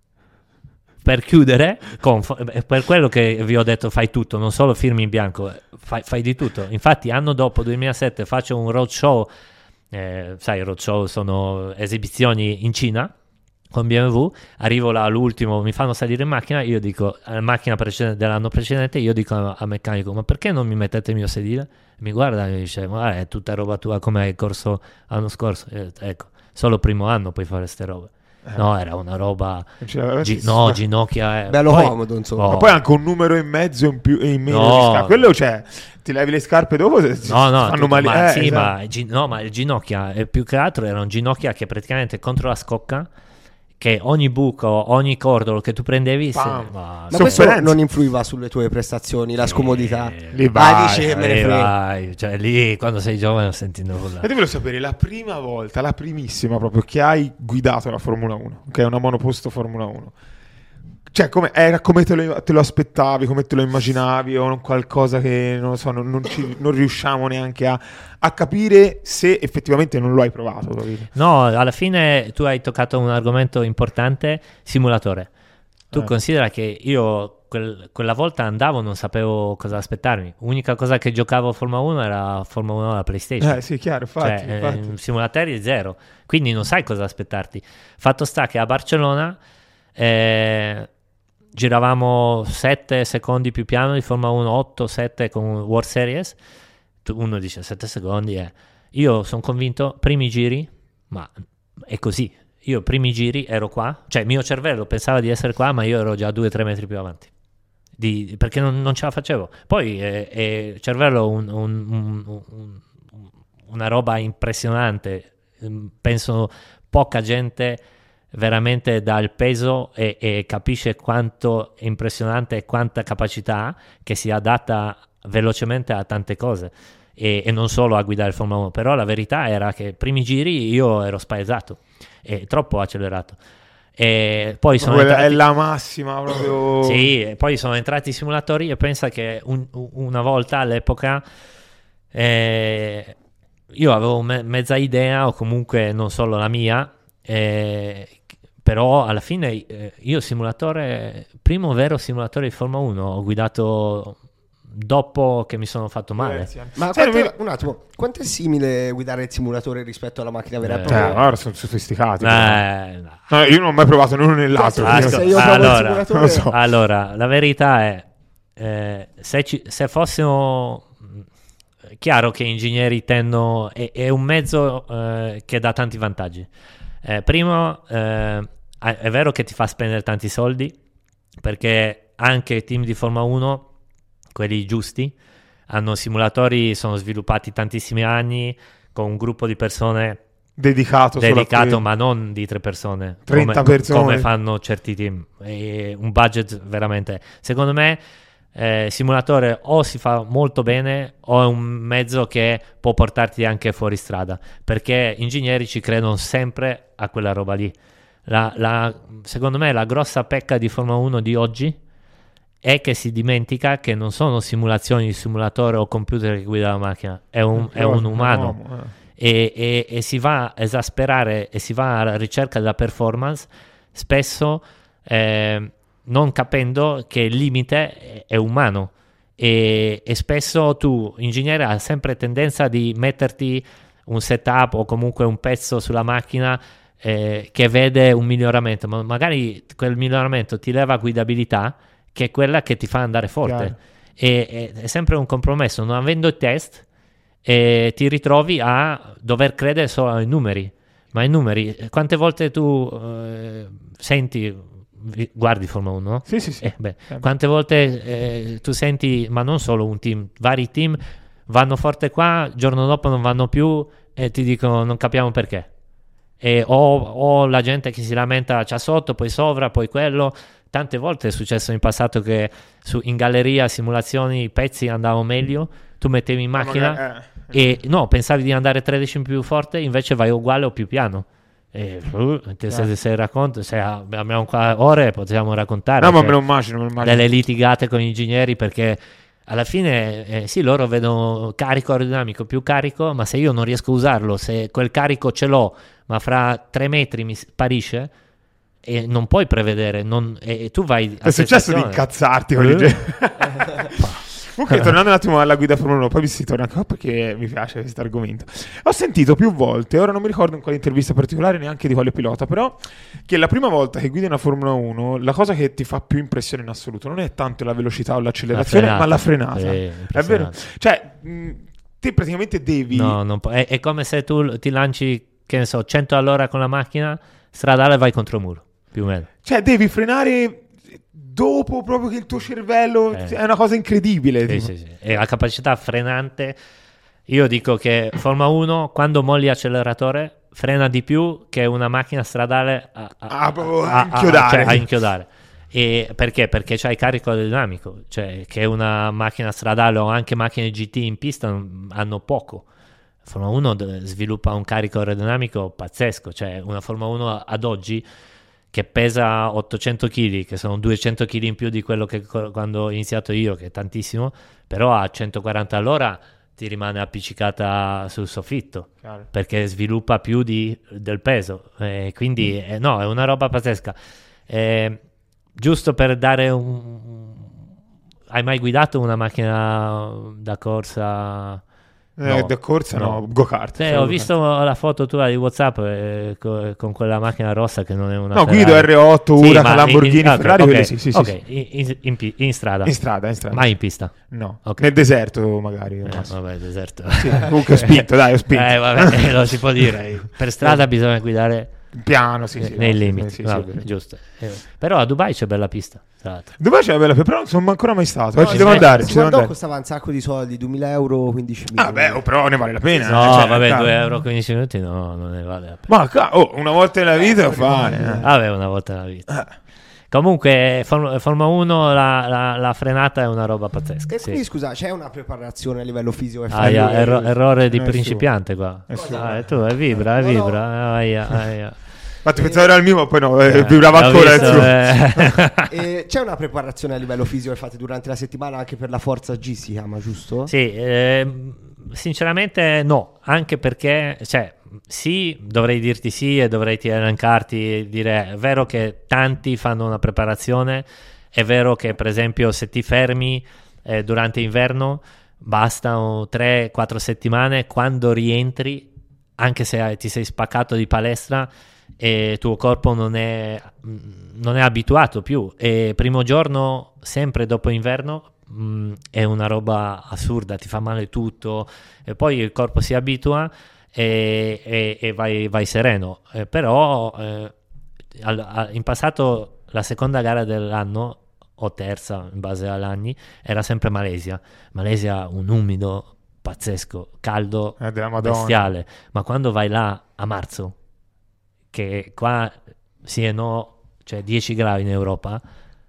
Per chiudere, con, per quello che vi ho detto, fai tutto, non solo firmi in bianco, fai, fai di tutto. Infatti anno dopo, duemilasette, faccio un roadshow, eh, sai, roadshow sono esibizioni in Cina, con B M W, arrivo là all'ultimo, mi fanno salire in macchina, io dico, alla macchina precedente, dell'anno precedente, io dico al meccanico, ma perché non mi mettete il mio sedile? Mi guarda e mi dice, ma è tutta roba tua come hai corso l'anno scorso. Io ho detto, ecco, solo primo anno puoi fare ste robe. No, era una roba... Cioè, Gi- no, ginocchia... È... Bello poi- comodo, insomma. Oh. Ma poi anche un numero in mezzo in più e in meno No. di scarpe. Quello, cioè, ti levi le scarpe dopo se si No, no, fanno tutto- male. ma, eh, sì, esatto. ma, gi- no, ma il ginocchia, eh, più che altro era un ginocchia che praticamente contro la scocca, che ogni buco, ogni cordolo che tu prendevi... Se, Pam. ma- Ma questo Sofferenza. non influiva sulle tue prestazioni, la scomodità. Eh, Lì Ah, vai, dici che me ne eh, frega. vai, cioè lì quando sei giovane non senti nulla. Io volevo sapere la prima volta, la primissima proprio, che hai guidato la Formula uno, che è una monoposto Formula uno. Cioè, come, era come te lo, te lo aspettavi, come te lo immaginavi, o qualcosa che, non lo so, non, non, ci, non riusciamo neanche a, a capire se effettivamente non lo hai provato, capito? No, alla fine tu hai toccato un argomento importante, simulatore. Tu Eh. considera che io quel- quella volta andavo, non sapevo cosa aspettarmi. L'unica cosa che giocavo a Formula uno era Formula uno alla PlayStation. Eh sì, chiaro, infatti. Cioè, infatti. eh, simulatori zero, quindi non sai cosa aspettarti. Fatto sta che a Barcellona eh, giravamo sette secondi più piano di Formula uno, otto sette con World Series. Tu- uno dice sette secondi, eh. Io sono convinto, primi giri, ma è così. Io primi giri ero qua, cioè il mio cervello pensava di essere qua, ma io ero già due o tre metri più avanti. Di- perché non, non ce la facevo. Poi eh, eh, il cervello un, un- un- un- una roba impressionante. Mm, Penso poca gente veramente dà il peso e, e capisce quanto è impressionante e quanta capacità ha, che si adatta velocemente a tante cose. E, e non solo a guidare il Formula uno, però la verità era che primi giri io ero spaesato e troppo accelerato. E poi sono Quella entrati... è la massima proprio. Sì, e poi sono entrati i simulatori e pensa che un- una volta all'epoca eh, io avevo me- mezza idea, o comunque non solo la mia, eh, però alla fine eh, io simulatore, primo vero simulatore di Formula uno ho guidato dopo che mi sono fatto male. Grazie. Ma Sai, quanto, mi- un attimo, quanto è simile guidare il simulatore rispetto alla macchina vera e Eh, Eh, propria? allora sono sofisticati. Eh, però. no. No, io non ho mai provato né uno né l'altro. Cioè, quindi se non io so. provo il Allora, simulatore... non lo so. Allora, la verità è, eh, se, ci, se fossimo... È chiaro che ingegneri tendono... È, è un mezzo eh, che dà tanti vantaggi. Eh, primo, eh, è vero che ti fa spendere tanti soldi, perché anche team di Formula uno, quelli giusti, hanno simulatori, sono sviluppati tantissimi anni, con un gruppo di persone Dedicato, solo a dedicato, quello. ma non di tre persone, trenta come, persone. come fanno certi team. E un budget veramente, secondo me, eh, simulatore o si fa molto bene o è un mezzo che può portarti anche fuori strada, perché ingegneri ci credono sempre a quella roba lì. La, la, secondo me la grossa pecca di Formula uno di oggi è che si dimentica che non sono simulazioni di simulatore o computer che guida la macchina, è un, è un umano. uomo, eh. E, e, e si va a esasperare e si va alla ricerca della performance, spesso eh, non capendo che il limite è, è umano, e, e spesso tu, ingegnere, hai sempre tendenza di metterti un setup o comunque un pezzo sulla macchina eh, che vede un miglioramento, ma magari quel miglioramento ti leva guidabilità, che è quella che ti fa andare forte. Chiaro. E, e, è sempre un compromesso, non avendo i test, e ti ritrovi a dover credere solo ai numeri. Ma i numeri, quante volte tu eh, senti, vi- guardi Formula uno, no? Sì, sì, sì. Eh, beh, Sempre. quante volte eh, tu senti, ma non solo un team, vari team vanno forte qua, il giorno dopo non vanno più e ti dicono non capiamo perché. E o, o la gente che si lamenta c'ha sotto, poi sovra, poi quello. Tante volte è successo in passato che su, in galleria, simulazioni, i pezzi andavano meglio, tu mettevi in macchina Magari- eh. e no, pensavi di andare tredici in più forte, invece vai uguale o più piano. E uh, te, se, se racconto, se abbiamo qua ore possiamo raccontare No, ma cioè, me lo immagino, me lo immagino. delle litigate con gli ingegneri, perché alla fine eh, sì, loro vedono carico aerodinamico più carico, ma se io non riesco a usarlo, se quel carico ce l'ho ma fra tre metri mi sparisce, e non puoi prevedere, non, e, e tu vai a È successo di sensazione. incazzarti con Eh? i gen- Comunque, tornando un attimo alla guida Formula uno, poi vi si torna anche perché mi piace questo argomento. Ho sentito più volte, ora non mi ricordo in quale intervista particolare, neanche di quale pilota, però che la prima volta che guidi una Formula uno, la cosa che ti fa più impressione in assoluto non è tanto la velocità o l'accelerazione, La ma la frenata. Sì, È vero? impressionante. Cioè, mh, te praticamente devi... No, non pu- è, è come se tu ti lanci, che ne so, cento all'ora con la macchina stradale e vai contro il muro, più o meno. Cioè, devi frenare dopo proprio che il tuo cervello... Eh. È una cosa incredibile. Sì, tipo. sì, sì. E la capacità frenante, io dico che Formula uno, quando molli acceleratore, frena di più che una macchina stradale a, a, Ah, proprio a a- a- inchiodare. cioè, a inchiodare. E perché? Perché c'hai carico aerodinamico, cioè che una macchina stradale o anche macchine G T in pista non- hanno poco. Formula uno d- sviluppa un carico aerodinamico pazzesco, cioè una Formula uno ad oggi che pesa ottocento chili, che sono duecento chili in più di quello che co- quando ho iniziato io, che è tantissimo, però a centoquaranta all'ora ti rimane appiccicata sul soffitto, Chiaro. perché sviluppa più di, del peso, e quindi eh, no, è una roba pazzesca. Eh, giusto per dare un... Hai mai guidato una macchina da corsa? Eh, No, da corsa no, no. go-kart. Sì, Solo ho go-kart. visto la foto tua di WhatsApp eh, co- con quella macchina rossa che non è una No, Ferrari. guido R otto, Sì, Huracan, ma Lamborghini, in- ok, Ferrari, ok, quelle sì, sì, sì, ok, sì. in, in- in pi- in strada. In strada, in strada. Mai in pista. No, Ok. nel deserto magari. Eh, al massimo. vabbè, deserto. Sì, comunque ho spinto, dai, ho spinto. Eh, vabbè, lo si può dire. Per strada bisogna guidare Piano, sì, sì. nei no, limiti. sì, sì, Vabbè, sì. giusto. Eh, però a Dubai c'è bella pista, tra l'altro. Dove c'è la bella, però non sono ancora mai stato. No, Eh, ci devo si- andare, si ci devo guardò, andare. costava un sacco di soldi, duemila euro, quindici Ah, beh, oh, però ne vale la pena. No, eh, cioè, vabbè, cavolo. due euro quindici minuti no, non ne vale la pena. Ma ca- oh, una volta nella vita lo fai. eh. Vabbè, una volta nella vita. Comunque, Form- Formula uno, la, la- la frenata è una roba pazzesca. E quindi Sì. scusa, c'è una preparazione a livello fisico e Aia, fisico? erro- errore di Non è principiante qua. È suo. Ah, e tu, è vibra, è No, no. vibra. Aia, aia. Infatti pensavo era il mio, ma poi no, eh, Eh, vibrava ho ancora il visto, suo. eh. E c'è una preparazione a livello fisico che fate durante la settimana anche per la Forza G, si chiama, giusto? Sì, ehm, sinceramente no, anche perché, cioè, sì, dovrei dirti sì e dovrei ti elencarti e dire, è vero che tanti fanno una preparazione, è vero che per esempio se ti fermi eh, durante inverno bastano tre quattro settimane, quando rientri, anche se ti sei spaccato di palestra e il tuo corpo non è, non è abituato più, e primo giorno sempre dopo inverno mh, è una roba assurda, ti fa male tutto e poi il corpo si abitua e, e, e vai, vai sereno, eh, però eh, al, a, in passato la seconda gara dell'anno o terza in base agli anni era sempre Malesia. Malesia un umido pazzesco, caldo, eh, della Madonna. bestiale, ma quando vai là a marzo, che qua sì e no, cioè dieci gradi in Europa,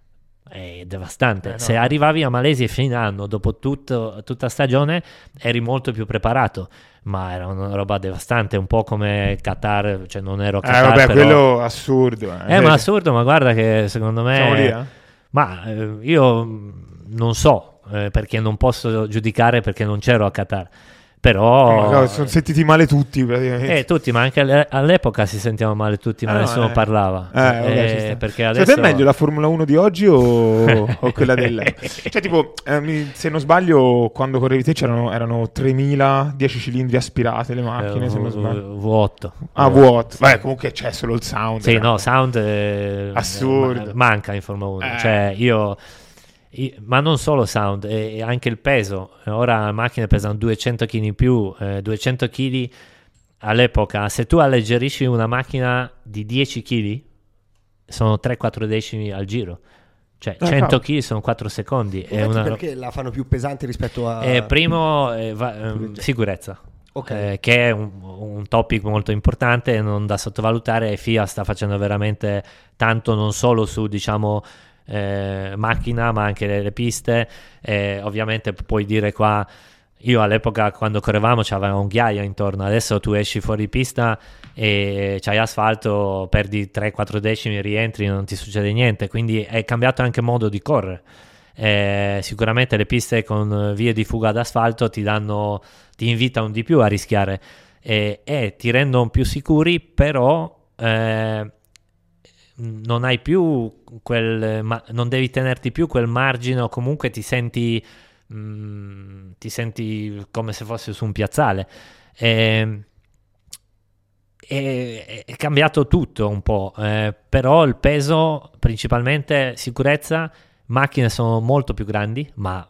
è devastante. Eh, no. Se arrivavi a Malesia a fine anno, dopo tutto, tutta stagione, eri molto più preparato, ma era una roba devastante, un po' come Qatar, cioè non ero a Qatar, eh vabbè, però... quello assurdo. Eh, eh ma assurdo, ma guarda che secondo me... Siamo lì, eh? Ma eh, io non so, eh, perché non posso giudicare perché non c'ero a Qatar. Però oh, sono sentiti male tutti praticamente. Eh, tutti, ma anche alle- all'epoca si sentivano male tutti, ma Ah, no, nessuno eh. parlava. Eh, vabbè, ci sta. Perché Secondo adesso te è meglio la Formula uno di oggi o, o quella del... Cioè tipo, eh, mi- se non sbaglio, quando correvi te c'erano erano tremila dieci cilindri aspirate le macchine, Eh, se non V- sbaglio. V otto. Ah, vuoto. Vabbè, comunque c'è solo il sound. Sì, eh. no, sound eh, Assurdo. ma- manca in Formula uno. Eh. Cioè, io, io- ma non solo sound, e anche il peso. Ora le macchine pesano duecento chili in più, eh, duecento chili all'epoca. Se tu alleggerisci una macchina di dieci chili, sono tre quattro decimi al giro. Cioè, Eh, cento cavolo. chili sono quattro secondi. È Infatti, una... perché la fanno più pesante rispetto a... Eh, primo, eh, va- ehm, sicurezza. Ok. Eh, che è un, un topic molto importante e non da sottovalutare, e F I A sta facendo veramente tanto, non solo su, diciamo, eh, macchina, ma anche le, le piste. Eh, ovviamente puoi dire qua, io all'epoca quando correvamo c'aveva un ghiaia intorno, adesso tu esci fuori pista e c'hai asfalto, perdi tre quattro decimi, rientri, non ti succede niente, quindi è cambiato anche modo di correre. Eh, sicuramente le piste con vie di fuga d'asfalto ti danno, ti invitano di più a rischiare e, e ti rendono più sicuri, però eh, non hai più quel, ma non devi tenerti più quel margine, o comunque ti senti mh, ti senti come se fossi su un piazzale. E, è, è cambiato tutto un po', eh, però il peso, principalmente sicurezza. Macchine sono molto più grandi, ma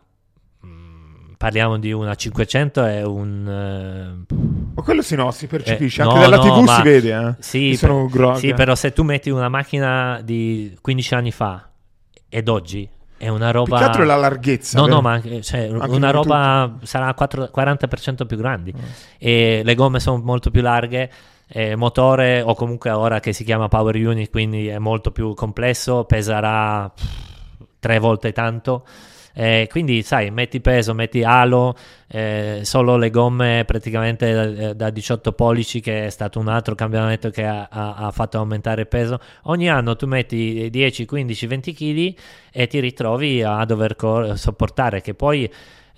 mh, parliamo di una cinquecento e un... eh, Ma quello sì, no, si percepisce. eh, Anche no, dalla no, tivù ma- si vede, eh. Sì, Che sono per- gro- sì, però se tu metti una macchina di quindici anni fa ed oggi è una Più roba... che altro è la larghezza. No, vero? no, ma anche- cioè, Anche una per roba sarà quattro quaranta per cento più grandi, Mm. e le gomme sono molto più larghe, eh, motore, o comunque ora che si chiama Power Unit, quindi è molto più complesso, peserà pff, tre volte tanto. Eh, quindi sai, metti peso, metti halo, eh, solo le gomme praticamente da, da diciotto pollici, che è stato un altro cambiamento che ha, ha- ha fatto aumentare il peso. Ogni anno tu metti dieci, quindici, venti chili e ti ritrovi a dover cor- sopportare, che poi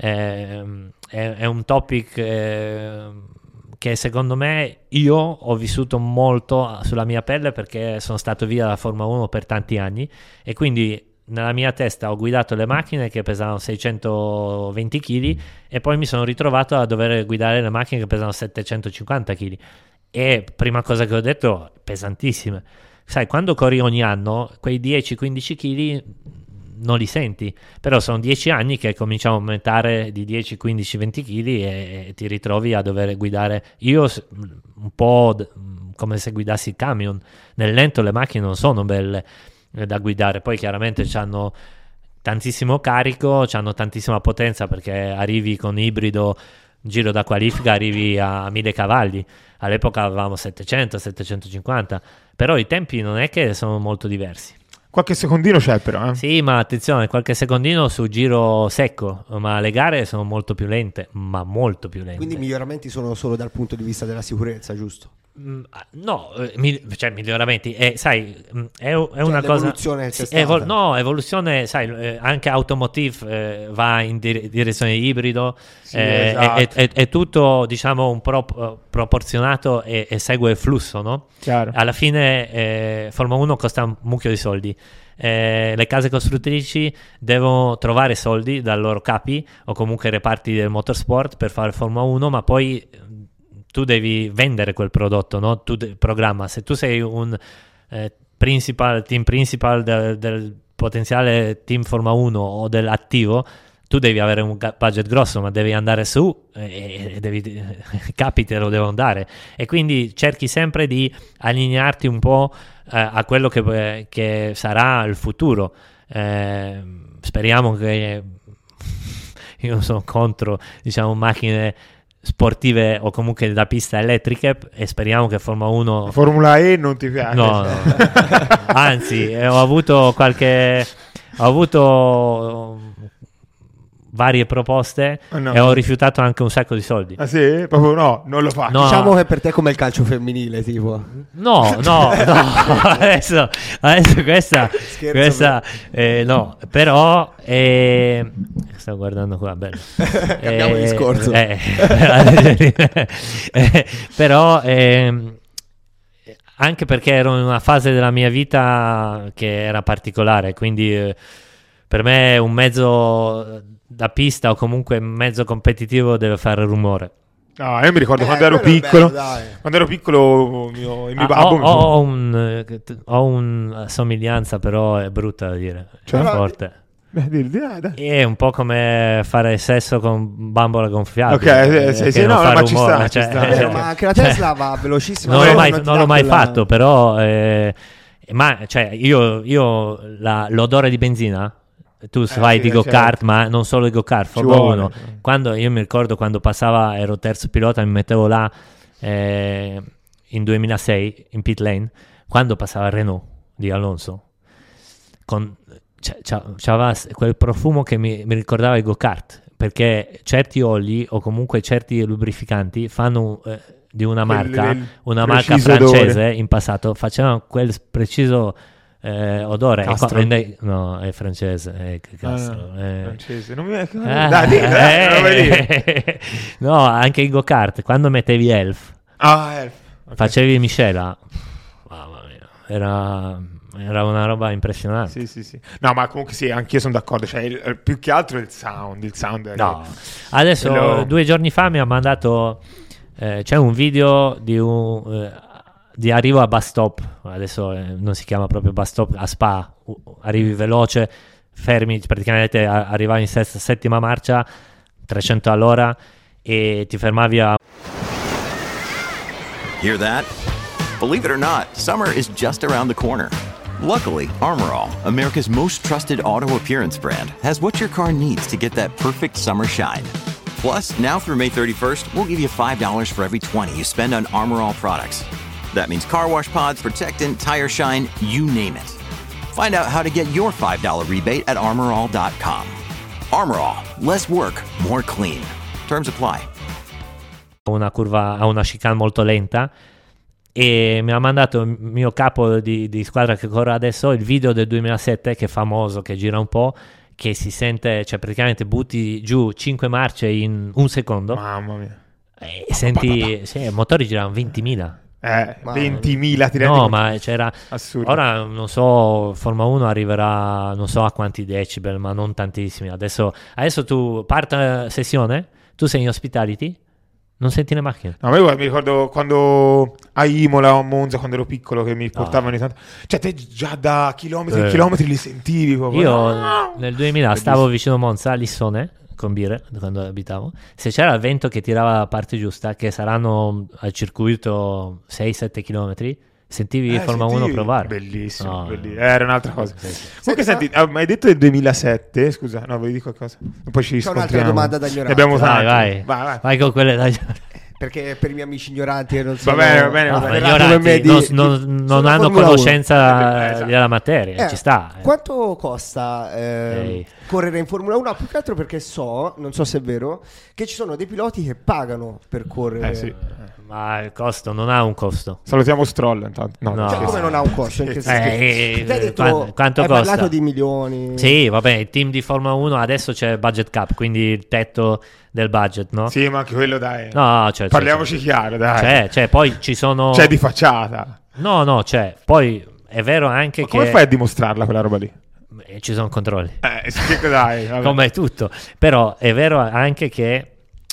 ehm, è, è un topic ehm, che secondo me io ho vissuto molto sulla mia pelle, perché sono stato via dalla Formula uno per tanti anni, e quindi nella mia testa ho guidato le macchine che pesavano seicentoventi chili, e poi mi sono ritrovato a dover guidare le macchine che pesano settecentocinquanta chili, e prima cosa che ho detto, pesantissime. Sai, quando corri ogni anno quei dieci quindici chili non li senti, però sono dieci anni che cominciamo a aumentare di dieci quindici venti chili e, e ti ritrovi a dover guidare. Io s- un po' d- come se guidassi il camion. Nel lento le macchine non sono belle eh, da guidare, poi chiaramente hanno tantissimo carico, hanno tantissima potenza, perché arrivi con ibrido, giro da qualifica, arrivi a mille cavalli. All'epoca avevamo settecento settecentocinquanta, però i tempi non è che sono molto diversi. Qualche secondino c'è però, eh. Sì, ma attenzione, qualche secondino su giro secco, ma le gare sono molto più lente, ma molto più lente. Quindi i miglioramenti sono solo dal punto di vista della sicurezza, giusto? No, eh, mi- cioè miglioramenti, eh, sai, mh, è, è Cioè, una cosa. l'evoluzione c'è Sì, evol- stata. no, evoluzione, sai, eh, anche Automotive eh, va in dire- direzione ibrido, Sì, eh, esatto. è, è- è tutto, diciamo, un pro- proporzionato e, e segue il flusso, no? Chiaro. Alla fine eh, Formula uno costa un mucchio di soldi. Eh, le case costruttrici devono trovare soldi dai loro capi o comunque reparti del motorsport per fare Formula uno, ma poi tu devi vendere quel prodotto, no? Tu de- programma. Se tu sei un eh, principal, team principal del, del potenziale team Formula uno o dell'attivo, tu devi avere un ga- budget grosso, ma devi andare su e, e devi, capi te lo devono dare. E quindi cerchi sempre di allinearti un po' eh, a quello che, che sarà il futuro. Eh, speriamo che io non sono contro, diciamo, macchine sportive o comunque da pista elettriche, e speriamo che Formula uno Formula E non ti piace? no, no. Anzi, eh, ho avuto qualche ho avuto varie proposte Oh, no. e ho rifiutato anche un sacco di soldi. Ah sì? Proprio no, non lo fa. No. Diciamo che per te è come il calcio femminile, tipo. No, no, no, adesso, adesso questa, Scherzo, questa eh, no, però eh, sto guardando qua, bello. Cambiamo Eh, discorso. eh, eh, però ehm, anche perché ero in una fase della mia vita che era particolare, quindi eh, per me un mezzo da pista o comunque un mezzo competitivo deve fare rumore. No, io mi ricordo Eh, quando ero quello è piccolo. bello, dai. Quando ero piccolo, mio, il mio Ah, babbo ho, mi ho, ho un, eh, ho una somiglianza, però è brutta da dire, cioè Cioè? forte. Beh, di- di- dai, dai. È un po' come fare sesso con bambola gonfiabile. Ok, sì, eh, sì, che sì, non no, fa ma ci rumore, sta, ci cioè, sta. È vero, eh, ma anche la Tesla va velocissima. non l'ho Eh, mai, non ti non dà l'ho mai quella- fatto, però eh, ma cioè io, io la- l'odore di benzina, tu fai sì, di eh, go-kart, certo. ma non solo di go-kart, Ci Formula vuole. uno. Quando io mi ricordo quando passava, ero terzo pilota, mi mettevo là eh, in duemilasei in pit lane, quando passava il Renault di Alonso, con c'è- c'ha- c'aveva s- quel profumo che mi, mi ricordava i go-kart, perché certi oli o comunque certi lubrificanti fanno eh, di una Quel- marca, del una marca preciso francese odore. in passato, facevano quel preciso eh, odore. E qua- Castro? e- no, è francese, è che Ah, cazzo, no, eh. francese. Non mi Ah, dai, dì, dai, non lo vuoi dire. eh, no, anche in go-kart, quando mettevi Elf, Ah, eh, ok. facevi miscela, mamma mia, era, era una roba impressionante. Sì, sì, sì. No, ma comunque sì, anch'io sono d'accordo. Cioè, il- il- più che altro il sound. Il sound è- No, adesso Quello- due giorni fa mi ha mandato eh, c'è un video di un eh, di arrivo a bus stop, adesso eh, non si chiama proprio bus stop, a Spa, U- arrivi veloce, fermi, praticamente a- arrivavi in sesta, settima marcia, trecento all'ora e ti fermavi a Hear that? Believe it or not, summer is just around the corner. Luckily, Armor All, America's most trusted auto appearance brand, has what your car needs to get that perfect summer shine. Plus, now through May thirty-first, we'll give you five dollars for every twenty you spend on Armor All products. That means car wash pods, protectant, tire shine, you name it. Find out how to get your five dollars rebate at armor all dot com. Armor All, less work, more clean. Terms apply. una curva, a una chicane molto lenta, e mi ha mandato il mio capo di, di squadra che corre adesso il video del duemilasette, che è famoso, che gira un po', che si sente, cioè praticamente butti giù cinque marce in un secondo Mamma mia. e senti, sì, i motori girano ventimila. Eh, Ma- ventimila ti rendi No, conto? ma c'era Assurdo. ora non so, Formula uno arriverà non so a quanti decibel, ma non tantissimi. Adesso, adesso tu parta sessione, tu sei in hospitality, non senti le macchine. No, ma io mi ricordo quando a Imola o a Monza, quando ero piccolo, che mi portavano ogni tanto. Cioè, te già da chilometri e Eh. chilometri li sentivi proprio. Io nel duemila stavo vicino a Monza, a Lissone, con Bire, quando abitavo. Se c'era il vento che tirava la parte giusta, che saranno al circuito sei sette chilometri, sentivi Eh, Formula uno sentivi? provare. Bellissimo, No, belli- no. era un'altra cosa. Sì, sì. Comunque, Senti, senti, ah, mi hai detto del duemilasette? Scusa, no, vuoi dire qualcosa? Poi ci C'ho un'altra riscontriamo. domanda da Ne ignorante. abbiamo Vai, tante. vai. vai, vai. Vai con quelle da... Perché per i miei amici ignoranti che non so. bene, va bene, va No, bene. ignoranti, non, non- non hanno conoscenza Eh, esatto. della materia, Eh, ci sta. eh. Quanto costa eh, Ehi. correre in Formula uno? Più che altro perché so, non so se è vero, che ci sono dei piloti che pagano per correre. Eh sì. Ma il costo non ha un costo. Salutiamo Stroll intanto. No, No. Cioè, come non ha un costo? In che Eh, senso? eh, Te hai detto, quanto- quanto hai costa? parlato di milioni. Sì, vabbè, il team di Formula uno adesso c'è il budget cap, quindi il tetto del budget, no? Sì, ma anche quello dai. No, c'è, c'è, Parliamoci chiaro, dai. c'è, c'è, poi ci sono... C'è di facciata. No, no, c'è. Poi è vero anche Ma che... come fai a dimostrarla quella roba lì? Eh, Ci sono controlli. Eh, sì, dai. vabbè. Come tutto. Però è vero anche che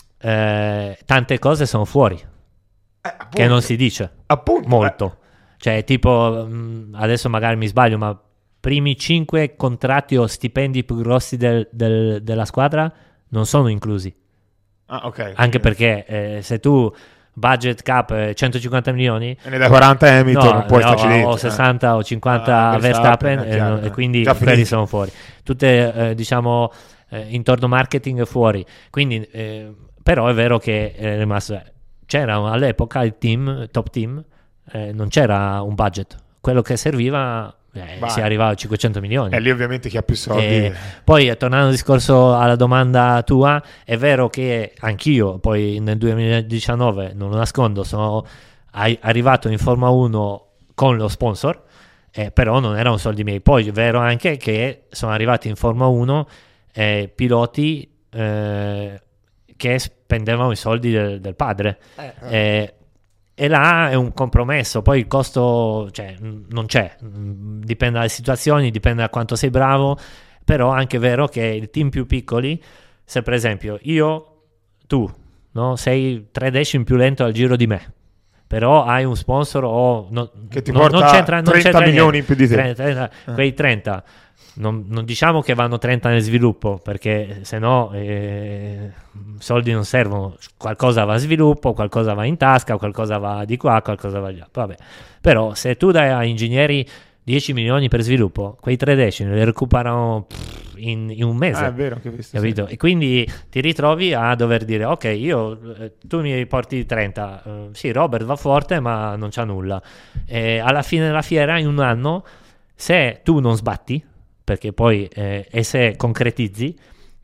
eh, tante cose sono fuori, Eh, appunto, che non si dice appunto, molto. Cioè, tipo, mh, adesso magari mi sbaglio, ma primi cinque contratti o stipendi più grossi del- del- della squadra non sono inclusi. eh. Ah, ok. Anche perché eh, se tu budget cap eh, centocinquanta milioni, E ne dai quaranta Hamilton, no, non puoi no, starci dentro. o eh. sessanta o cinquanta Ah, Verstappen, Verstappen, è eh, chiaro, e eh. quindi Già quelli finito. sono fuori. Tutte, eh, diciamo, eh, intorno marketing fuori. Quindi, eh, però è vero che è rimasto... C'era all'epoca il team, top team, eh, non c'era un budget. Quello che serviva, eh, Vai. si arrivava a cinquecento milioni. E lì ovviamente chi ha più soldi. E poi, eh, tornando al discorso alla domanda tua, è vero che anch'io poi nel duemiladiciannove, non lo nascondo, sono ai- arrivato in Formula uno con lo sponsor, eh, però non erano soldi miei. Poi è vero anche che sono arrivati in Formula uno eh, piloti eh, che spendevano i soldi del, del padre. Eh, eh. Eh, e là è un compromesso, poi il costo, cioè, mh, non c'è, mh, dipende dalle situazioni, dipende da quanto sei bravo, però è anche vero che i team più piccoli, se per esempio io, tu, no, sei tre decimi più lento al giro di me, però hai un sponsor o no, Che ti no- porta non c'entra, non trenta c'entra milioni niente. in più di te. trenta, trenta, quei trenta non, non diciamo che vanno trenta nel sviluppo, perché se no eh, soldi non servono, qualcosa va a sviluppo, qualcosa va in tasca, qualcosa va di qua, qualcosa va di là. Vabbè. Però se tu dai a ingegneri dieci milioni per sviluppo, quei tre decimi li recuperano pff, in, in un mese. Ah, è vero, anche questo. Capito? sì. E quindi ti ritrovi a dover dire: ok, io eh, tu mi porti trenta, eh, sì, Robert va forte, ma non c'ha nulla. E alla fine della fiera, in un anno, se tu non sbatti, perché poi eh, e se concretizzi,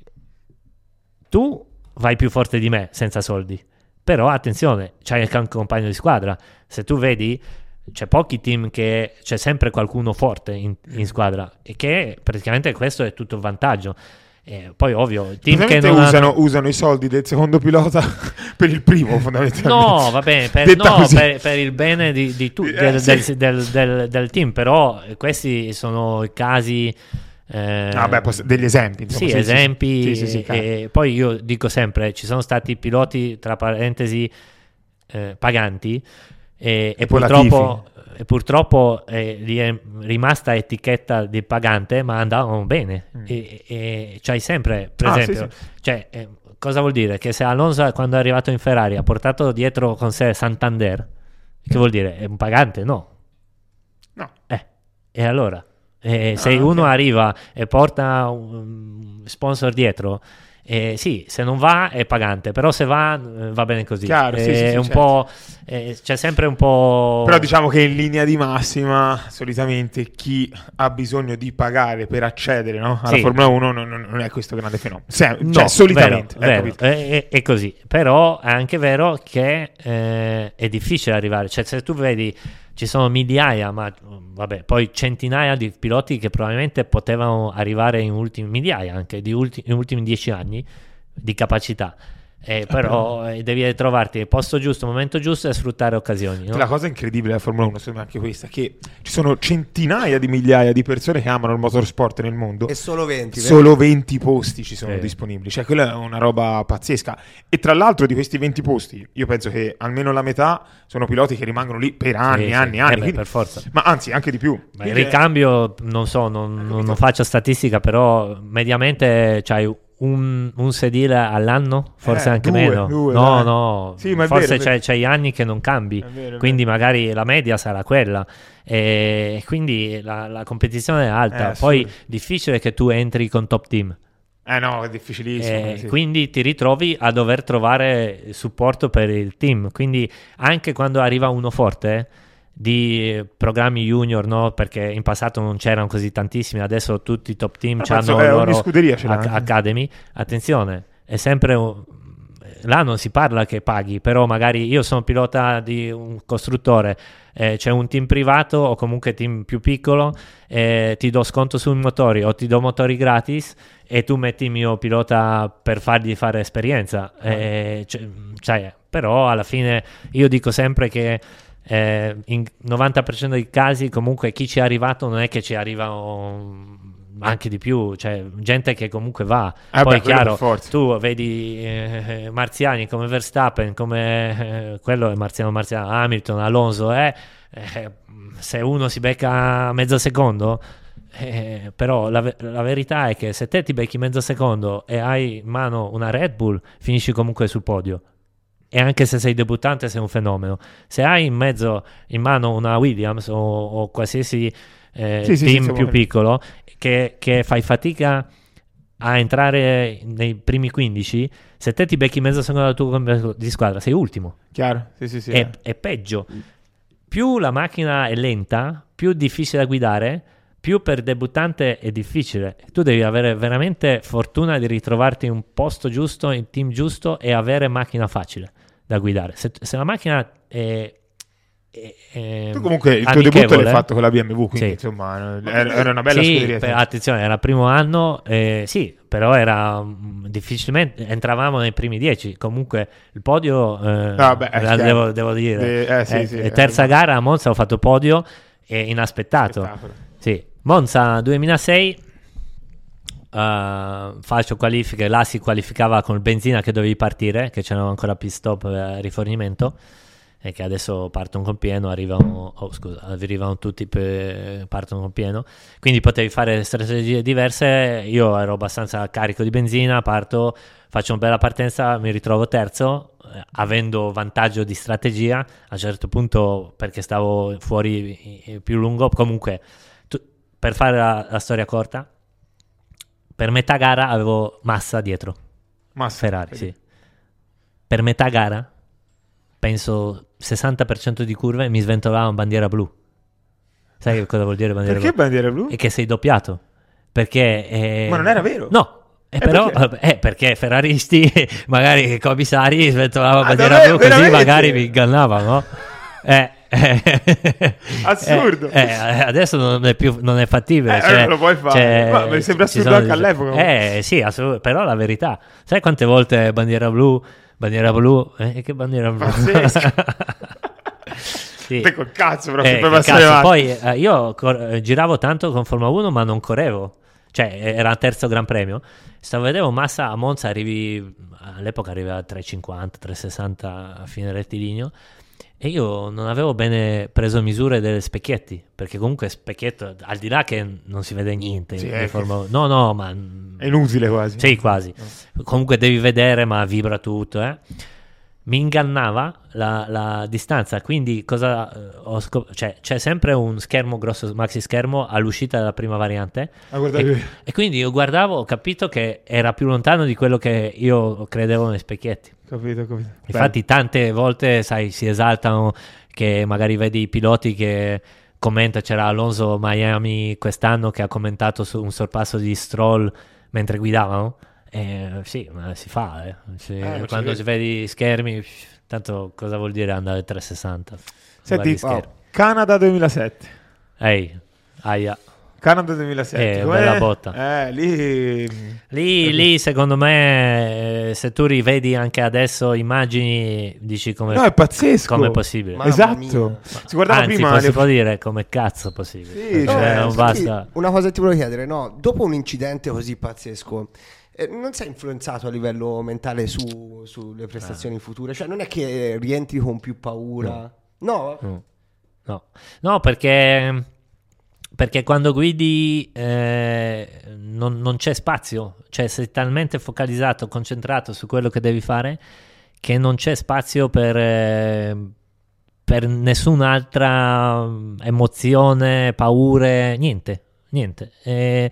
tu vai più forte di me senza soldi. Però attenzione, c'hai anche un compagno di squadra. Se tu vedi, c'è pochi team che c'è sempre qualcuno forte in, in squadra, e che praticamente questo è tutto un vantaggio. E poi ovvio, il team che Praticamente non usano, hanno... usano i soldi del secondo pilota per il primo, fondamentalmente. No, va bene, per, Detta no, così. per, per il bene di, di tu- Eh, del, sì. del, del, del- del team, però questi sono i casi... eh, Ah, beh, poss- degli esempi. insomma, sì, sì, sì, sì. esempi. Sì, sì, sì, chiaro. E poi io dico sempre, ci sono stati piloti, tra parentesi, eh, paganti, e, e Tipo purtroppo, e purtroppo eh, gli è rimasta etichetta di pagante, ma andavano bene. Mm. E, e c'hai sempre, per Ah, esempio, sì, cioè, eh, cosa vuol dire? Che se Alonso, quando è arrivato in Ferrari, ha portato dietro con sé Santander, che vuol dire? È un pagante? No. No. Eh, e allora? Eh, Ah, se ok. uno arriva e porta un sponsor dietro, eh, sì, se non va è pagante, però se va eh, va bene così. Chiaro, sì, Eh, sì, sì, è un certo. po', eh, c'è sempre un po'... Però diciamo che in linea di massima, solitamente chi ha bisogno di pagare per accedere, no, alla Sì. Formula uno non, non- non è questo grande fenomeno. Se- No, cioè, solitamente. vero, hai vero, capito? è, è- è così. Però è anche vero che eh, è difficile arrivare. Cioè, se tu vedi, ci sono migliaia, ma vabbè, poi centinaia di piloti che probabilmente potevano arrivare in ultimi migliaia anche di ulti- in ultimi dieci anni di capacità. Eh, però eh, devi trovarti il posto giusto, il momento giusto e sfruttare occasioni, no? La cosa incredibile della Formula uno, secondo me, è anche questa, che ci sono centinaia di migliaia di persone che amano il motorsport nel mondo. E solo venti, vero? Solo venti posti ci sono Sì. disponibili, cioè quella è una roba pazzesca. E tra l'altro di questi venti posti io penso che almeno la metà sono piloti che rimangono lì per anni, Sì, anni, sì. anni, Eh beh, quindi- per forza. ma anzi anche di più. Beh, il Quindi è- ricambio, non so, non, non- non faccio statistica, però mediamente c'hai un, un sedile all'anno, forse Eh, anche due, meno. due, no, dai. no, Sì, ma è forse vero, è c'hai, vero. c'hai anni che non cambi, È vero, è quindi vero. magari la media sarà quella. E quindi la, la competizione è alta. Eh, Poi assurdo. difficile che tu entri con top team. Eh no, è difficilissimo. Eh, sì. Quindi ti ritrovi a dover trovare supporto per il team. Quindi anche quando arriva uno forte di programmi junior, no? Perché in passato non c'erano così tantissimi, adesso tutti i top team Ah, penso, hanno eh, i ogni loro scuderia ce l'ha. ac- academy. Attenzione, è sempre un- là non si parla che paghi, però magari io sono pilota di un costruttore, eh, c'è un team privato o comunque team più piccolo, eh, ti do sconto sui motori o ti do motori gratis e tu metti il mio pilota per fargli fare esperienza. Eh, cioè, cioè, però alla fine io dico sempre che eh, in novanta per cento dei casi comunque chi ci è arrivato non è che ci arriva um, anche di più, cioè gente che comunque va. Eh poi beh, è chiaro, per forza. tu vedi eh, marziani come Verstappen, come eh, quello è marziano marziano, Hamilton, Alonso, eh, eh, se uno si becca mezzo secondo, eh, però la, la verità è che se te ti becchi mezzo secondo e hai in mano una Red Bull, finisci comunque sul podio. E anche se sei debuttante sei un fenomeno. Se hai in mezzo in mano una Williams o, o qualsiasi eh, Sì, sì, team sì, più sì, piccolo che, che fai fatica a entrare nei primi quindici, se te ti becchi mezzo secondo del tuo compagno di squadra sei ultimo. Chiaro? Sì, sì, sì. È, eh. è peggio. Più la macchina è lenta, più difficile da guidare, più per debuttante è difficile. Tu devi avere veramente fortuna di ritrovarti in un posto giusto, in team giusto e avere macchina facile da guidare. Se, se la macchina è, è, è Tu comunque il tuo debutto l'hai fatto con la B M W, quindi Sì. insomma era, era una bella sì, scuderia. per- attenzione, era il primo anno, eh, sì, però era mm, difficilmente entravamo nei primi dieci. Comunque il podio, eh, Ah, beh, è la- chiaro. devo, devo dire, Eh, eh, sì, eh, sì, eh, eh, terza no. gara a Monza ho fatto podio, è inaspettato. Spettacolo. Sì, Monza duemilasei, uh, faccio qualifiche, là si qualificava con il benzina che dovevi partire, che c'erano ancora pit stop a rifornimento, e che adesso partono con pieno, arrivano, oh, scusa, arrivano tutti, per, partono con pieno, quindi potevi fare strategie diverse. Io ero abbastanza carico di benzina, parto, faccio una bella partenza, mi ritrovo terzo, eh, avendo vantaggio di strategia a un certo punto perché stavo fuori eh, più lungo. Comunque tu, per fare la, la storia corta, per metà gara avevo Massa dietro, Massa, Ferrari, vedi. sì. Per metà gara penso sessanta per cento di curve mi sventolava bandiera blu. Sai che cosa vuol dire bandiera Perché blu? bandiera blu? E che sei doppiato. Perché eh, Ma non era vero? No. E Eh, però perché? eh, perché ferraristi magari commissari sventolava Ah, bandiera davvero? blu così Veramente? magari mi ingannavano. Eh, eh, Assurdo. eh, eh, adesso non è più non è fattibile. Eh, cioè, non lo puoi fare. cioè, Ma mi sembra ci assurdo sono anche dei- all'epoca. Eh sì, assolut- però la verità. Sai quante volte bandiera blu, bandiera blu, eh, che bandiera blu? Pazzesco. Sì. Te col cazzo, però Eh, se poi che passare cazzo, avanti. poi eh, io cor- eh, giravo tanto con Formula uno ma non correvo, cioè eh, era il terzo Gran Premio. Stavo vedevo Massa a Monza, arrivi all'epoca arriva a tre e cinquanta, tre e sessanta a fine rettilineo, e io non avevo bene preso misure delle specchietti, perché comunque specchietto, al di là che non si vede niente Sì, in è Formula uno. No, no, ma È inutile quasi. sì, quasi. Comunque devi vedere, ma vibra tutto, eh. Mi ingannava la, la distanza, quindi cosa eh, ho scop- cioè, c'è sempre un schermo grosso, maxi schermo all'uscita della prima variante, Ah, guardavi. e, e quindi io guardavo, ho capito che era più lontano di quello che io credevo nei specchietti. Capito, capito. Infatti tante volte, sai, si esaltano che magari vedi i piloti che commenta, c'era Alonso Miami quest'anno che ha commentato su un sorpasso di Stroll mentre guidavano. Eh, sì, ma si fa, eh. Sì, Eh, ma quando ci si vedi schermi, tanto cosa vuol dire andare trecentosessanta? Senti, Vari schermi. Canada duemilasette. Ehi, aia. Canada duemilasette. Eh, Com'è? bella botta. Eh, lì... Lì, lì, secondo me, eh, se tu rivedi anche adesso immagini, dici come, No, è pazzesco. come è possibile. Mamma Esatto. mia. Si guardava Anzi, prima... poi le- si può dire come cazzo è possibile. Sì, Cioè, cioè, non sì, basta. Una cosa che ti volevo chiedere, no? Dopo un incidente così pazzesco, eh, non sei influenzato a livello mentale su- sulle prestazioni future? Cioè, non è che rientri con più paura? No? No, no, no, perché, perché quando guidi eh, non, non c'è spazio, cioè sei talmente focalizzato, concentrato su quello che devi fare che non c'è spazio per, eh, per nessun'altra emozione, paure, niente, niente. Eh,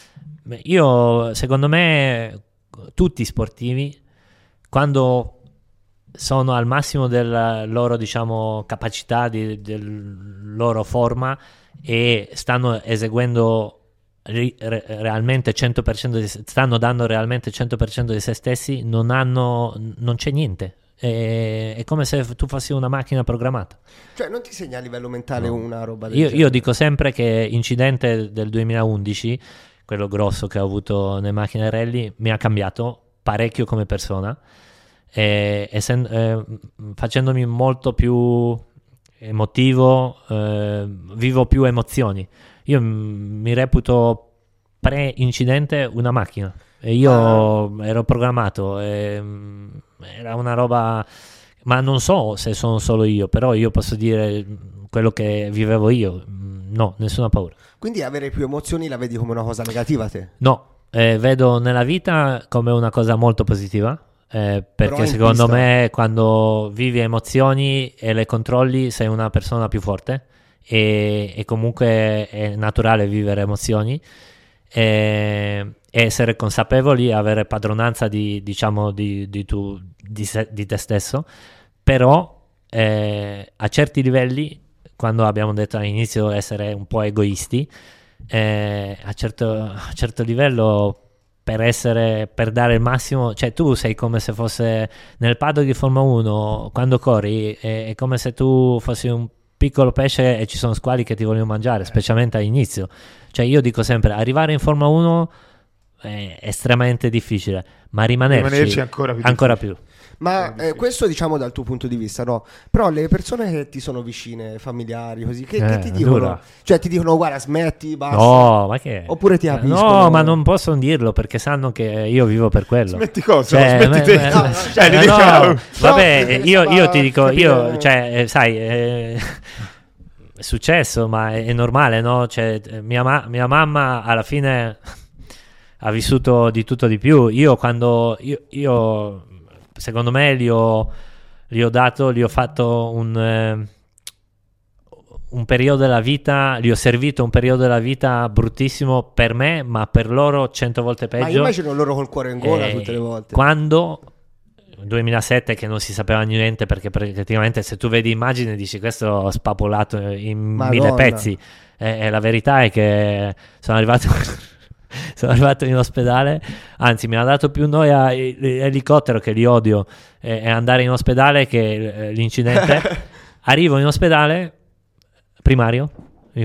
io, secondo me, tutti i sportivi, quando sono al massimo della loro, diciamo, capacità, di, del loro forma e stanno eseguendo ri- re- realmente cento per cento di se- stanno dando realmente il cento per cento di se stessi, non hanno, non c'è niente. È, è come se tu fossi una macchina programmata. Cioè non ti segna a livello mentale No. una roba del Io, genere? io dico sempre che incidente del duemilaundici, quello grosso che ho avuto nelle macchine rally, mi ha cambiato parecchio come persona, e, essen- eh, facendomi molto più emotivo, eh, vivo più emozioni. Io m- mi reputo pre-incidente una macchina e io ero programmato, e, mm, era una roba, ma non so se sono solo io, però io posso dire quello che vivevo io. No, nessuna paura. Quindi avere più emozioni la vedi come una cosa negativa te? No, eh, vedo nella vita come una cosa molto positiva, eh, Però perché in secondo pista- me quando vivi emozioni e le controlli sei una persona più forte, e, e comunque è naturale vivere emozioni, e, e essere consapevoli, avere padronanza di, diciamo, di, di, tu, di, se- di te stesso, però eh, a certi livelli, quando abbiamo detto all'inizio essere un po' egoisti, eh, a certo, a certo livello, per essere, per dare il massimo, cioè tu sei come se fosse nel paddock di Formula uno, quando corri è, è come se tu fossi un piccolo pesce e ci sono squali che ti vogliono mangiare, specialmente all'inizio. Cioè io dico sempre, arrivare in Formula uno è estremamente difficile, ma rimanerci, Rimanerci ancora più ancora difficile. più. Ma eh, questo diciamo dal tuo punto di vista, no? Però le persone che ti sono vicine, familiari, così, che, che Eh, ti dicono? dura. Cioè ti dicono guarda smetti, basta? No, ma che? Oppure ti Eh, capiscono? No, ma non possono dirlo perché sanno che io vivo per quello. Smetti cosa? Cioè, Smetti me- te. me- No, no, Cioè, eh, li no, diciamo. vabbè, No, io, io ti dico, capire- io, cioè, eh, sai, eh, è successo, ma è, è normale, no? Cioè, eh, mia, ma- mia mamma alla fine ha vissuto di tutto di più. Io quando, io, io secondo me gli ho, gli ho dato, gli ho fatto un... eh, un periodo della vita, gli ho servito un periodo della vita bruttissimo per me, ma per loro cento volte Ma peggio. immagino loro col cuore in gola Eh, tutte le volte. Quando duemilasette, che non si sapeva niente, perché praticamente se tu vedi immagini dici questo spapolato in Madonna. mille pezzi, e, e la verità è che sono arrivato sono arrivato in ospedale, anzi mi ha dato più noia l- l'elicottero, che li odio, e, e andare in ospedale che eh, l'incidente. Arrivo in ospedale primario, mi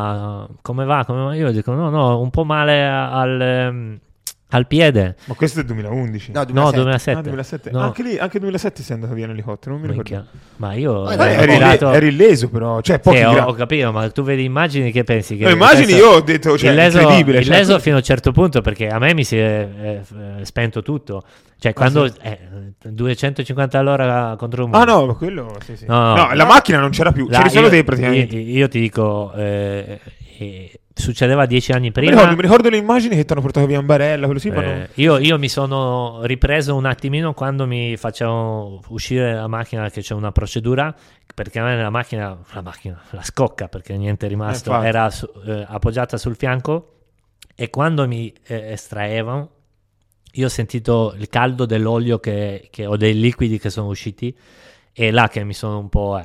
fa come va, come va? Io dico no no, un po' male al, ehm, al piede. Ma questo è il duemilaundici. No, No, duemilasette. duemilasette. Ah, duemilasette. No. Anche lì, anche duemilasette sei andato via in elicottero, non mi ricordo. Minchia. Ma io Ma ero dai, eri, tirato- eri illeso però, cioè pochi Sì, ho, gra- ho capito, ma tu vedi immagini, che pensi che No, immagini, questo- io ho detto, cioè, il leso, incredibile, il cioè- leso fino a un certo punto, perché a me mi si è eh, eh, spento tutto, cioè quando sì? eh, duecentocinquanta all'ora contro un Ah muro. no, ma quello sì, sì. No, No, no. la macchina non c'era più, La- c'eri solo io, te praticamente. io, io ti dico, eh, eh, succedeva dieci anni Mi prima. ricordo, mi ricordo le immagini che ti hanno portato via in barella, quello sì, ma non... Eh, io, io mi sono ripreso un attimino quando mi facevano uscire la macchina, che c'è una procedura, perché a me la macchina, la macchina, la scocca, perché niente è rimasto, Eh, infatti. era su- eh, appoggiata sul fianco, e quando mi eh, estraevano io ho sentito il caldo dell'olio che, che, o dei liquidi che sono usciti, e là che mi sono un po'... eh,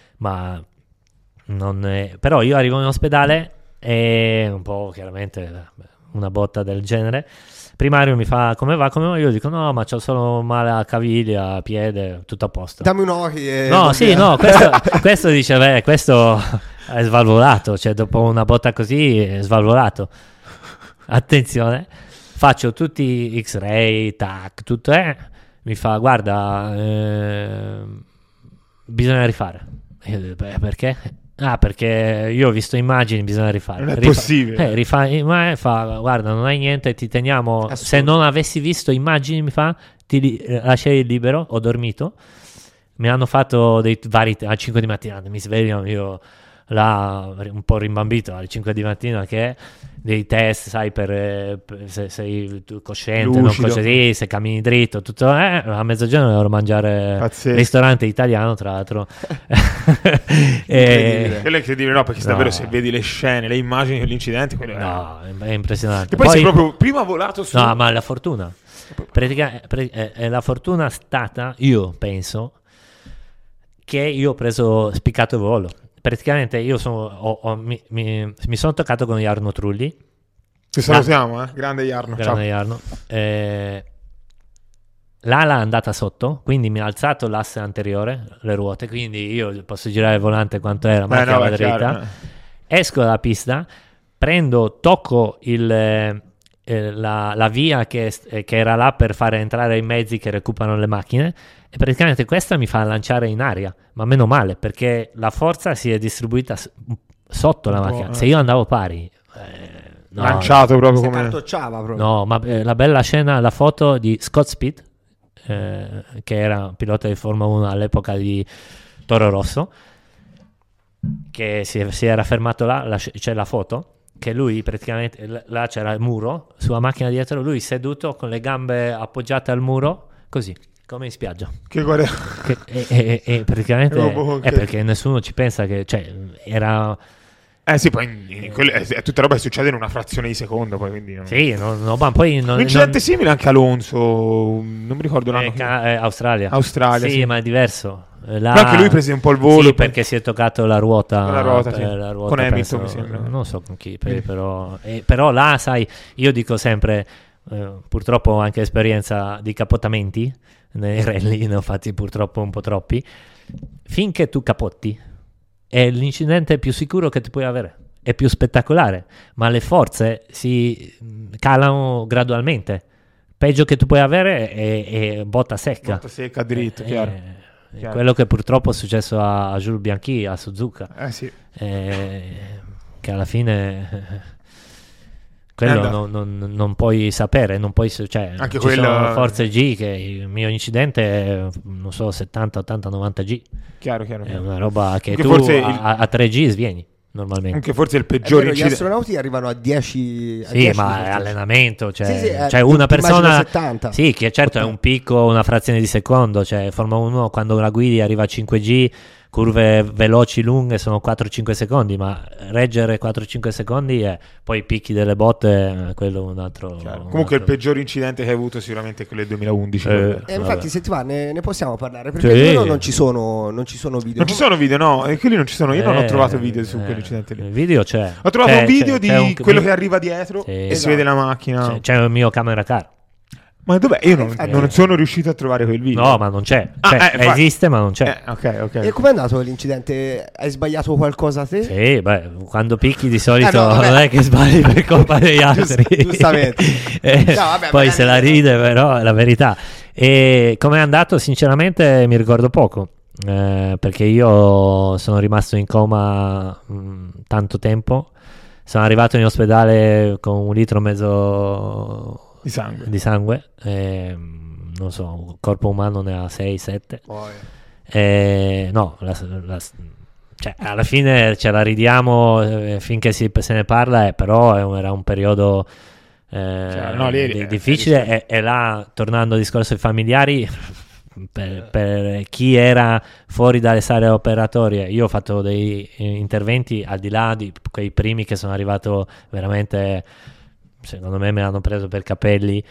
ma non è... Però io arrivo in ospedale e un po' chiaramente una botta del genere. Primario mi fa come va, come va? Io dico no, ma c'ho solo male a caviglia, a piede, tutto a posto. Dammi un occhio. No, sì, no, questo, questo dice, beh, questo è svalvolato, cioè dopo una botta così è svalvolato. Attenzione, faccio tutti i X-ray, tac, tutto è, mi fa, guarda, eh, bisogna rifare. Io dico, beh, perché? Ah, perché io ho visto immagini, bisogna rifare. Non è Rifa- possibile. Eh, rifa- ma fa, guarda, non hai niente, ti teniamo. Assurdo. Se non avessi visto immagini, mi fa, ti li- eh, lascerei libero, ho dormito. Mi hanno fatto dei vari te- alle cinque di mattina, mi svegliano, io là un po' rimbambito alle cinque di mattina, che dei test, sai, per, eh, per se sei tu cosciente, Lucido. non così, se cammini dritto, tutto, eh, a mezzogiorno devo mangiare Pazzesco. ristorante italiano, tra l'altro. Incredibile. e, Quello è incredibile, no, perché No. davvero se vedi le scene, le immagini dell'incidente, quello è... no, è, è impressionante. E poi, sei proprio prima volato su... No, ma la fortuna. Pratica- pre- è, è la fortuna stata, io penso, che io ho preso spiccato volo. Praticamente io sono, ho- ho- mi, mi- mi sono toccato con Jarno Trulli, Ci salutiamo, eh? Grande Jarno. Grande Jarno. Eh, l'ala è andata sotto, quindi mi ha alzato l'asse anteriore, le ruote, quindi io posso girare il volante quanto era, ma no, dritta. chiaro, eh. Esco dalla pista, prendo, tocco il, eh, la, la via che, che era là per fare entrare i mezzi che recuperano le macchine, e praticamente questa mi fa lanciare in aria, ma meno male, perché la forza si è distribuita s- sotto la macchina. eh. Se io andavo pari... Eh, no, Lanciato proprio Si come... cartocciava proprio. No, ma eh, la bella scena, la foto di Scott Speed, eh, che era pilota di Formula uno all'epoca di Toro Rosso, che si, si era fermato là, la, c'è la foto, che lui praticamente, l- là c'era il muro, sulla macchina dietro, lui seduto con le gambe appoggiate al muro, così, come in spiaggia. Che guarda... Che, e, e, e praticamente Oh, è che- perché nessuno ci pensa che, cioè, era... Eh sì, poi in- in quelle- è, è tutta roba che succede in una frazione di secondo, poi quindi... non- Sì, no, no, ma poi... Non, Un incidente non- simile anche Alonso, non mi ricordo l'anno. Eh, ca- eh, Australia. Australia, sì, sì. ma è diverso. Eh, là- Ma anche lui prese un po' il volo. Sì, poi- perché si è toccato la ruota. Con la ruota, per- sì. la ruota, Con Hamilton, penso- mi sembra. Non so con chi, per- Sì. però, eh, però là, sai, io dico sempre, eh, purtroppo ho anche esperienza di capottamenti, nei rally ne ho fatti purtroppo un po' troppi, finché tu capotti è l'incidente più sicuro che tu puoi avere. È più spettacolare, ma le forze si mh, calano gradualmente. Peggio che tu puoi avere è, è botta secca. Botta secca, dritto, Eh, chiaro. eh, Chiaro. quello che purtroppo è successo a Jules Bianchi a Suzuka, Eh sì. eh, che alla fine eh, quello Eh, non, non- non puoi sapere, non puoi, cioè, Anche ci quello- sono forze G che il mio incidente è, non so, settanta, ottanta, novanta G, Chiaro, chiaro. è una roba che Anche tu forse il- a, a tre G svieni normalmente. Anche forse il È peggior vero, gli incidente... astronauti arrivano a dieci. a Sì, dieci ma di è sorteggio. allenamento, cioè, Sì, sì, eh, cioè una immagino persona settanta. sì, che certo è un picco, una frazione di secondo, cioè Formula uno quando la guidi arriva a cinque G, curve veloci lunghe sono quattro cinque secondi, ma reggere quattro cinque secondi e poi i picchi delle botte, eh, quello è un altro Chiaro. un Comunque il altro- peggior incidente che hai avuto sicuramente è quello del duemilaundici. Eh, E infatti, vabbè. se ti va, ne, ne possiamo parlare. Perché Sì. quello non ci sono, non ci sono video. Non ci sono video, no, e quelli non ci sono. Io non ho Eh, trovato video su eh, quell'incidente lì. Il video c'è. Ho trovato C'è- un video c'è- di c'è un- quello che arriva dietro Sì. e si Esatto. vede la macchina. c'è, c'è il mio camera car. Ma dov'è? Io non, infatti- non sono riuscito a trovare quel video. No, ma non c'è. Ah, Cioè, eh, infatti. esiste, ma non c'è. Eh, ok, ok. E com'è andato l'incidente? Hai sbagliato qualcosa te? Sì, beh, quando picchi di solito Eh, no, vabbè. non è che sbagli per colpa degli altri. Giust- giustamente. Eh, No, vabbè, poi magari- se la ride, però è la verità. E come è andato, sinceramente, mi ricordo poco. eh, perché io sono rimasto in coma mh, tanto tempo. Sono arrivato in ospedale con un litro e mezzo Di sangue. di sangue. e, mh, non so, il corpo umano ne ha sei sette. Poi- Eh, no, la- la- cioè, alla fine ce la ridiamo eh, finché si- se ne parla, eh, però è un- era un periodo eh, Cioè, no, lì- di- eh, difficile eh, e, e là, tornando al discorso dei familiari, per, per chi era fuori dalle sale operatorie, io ho fatto dei eh, interventi al di là di quei primi che sono arrivato veramente, secondo me me l'hanno preso per capelli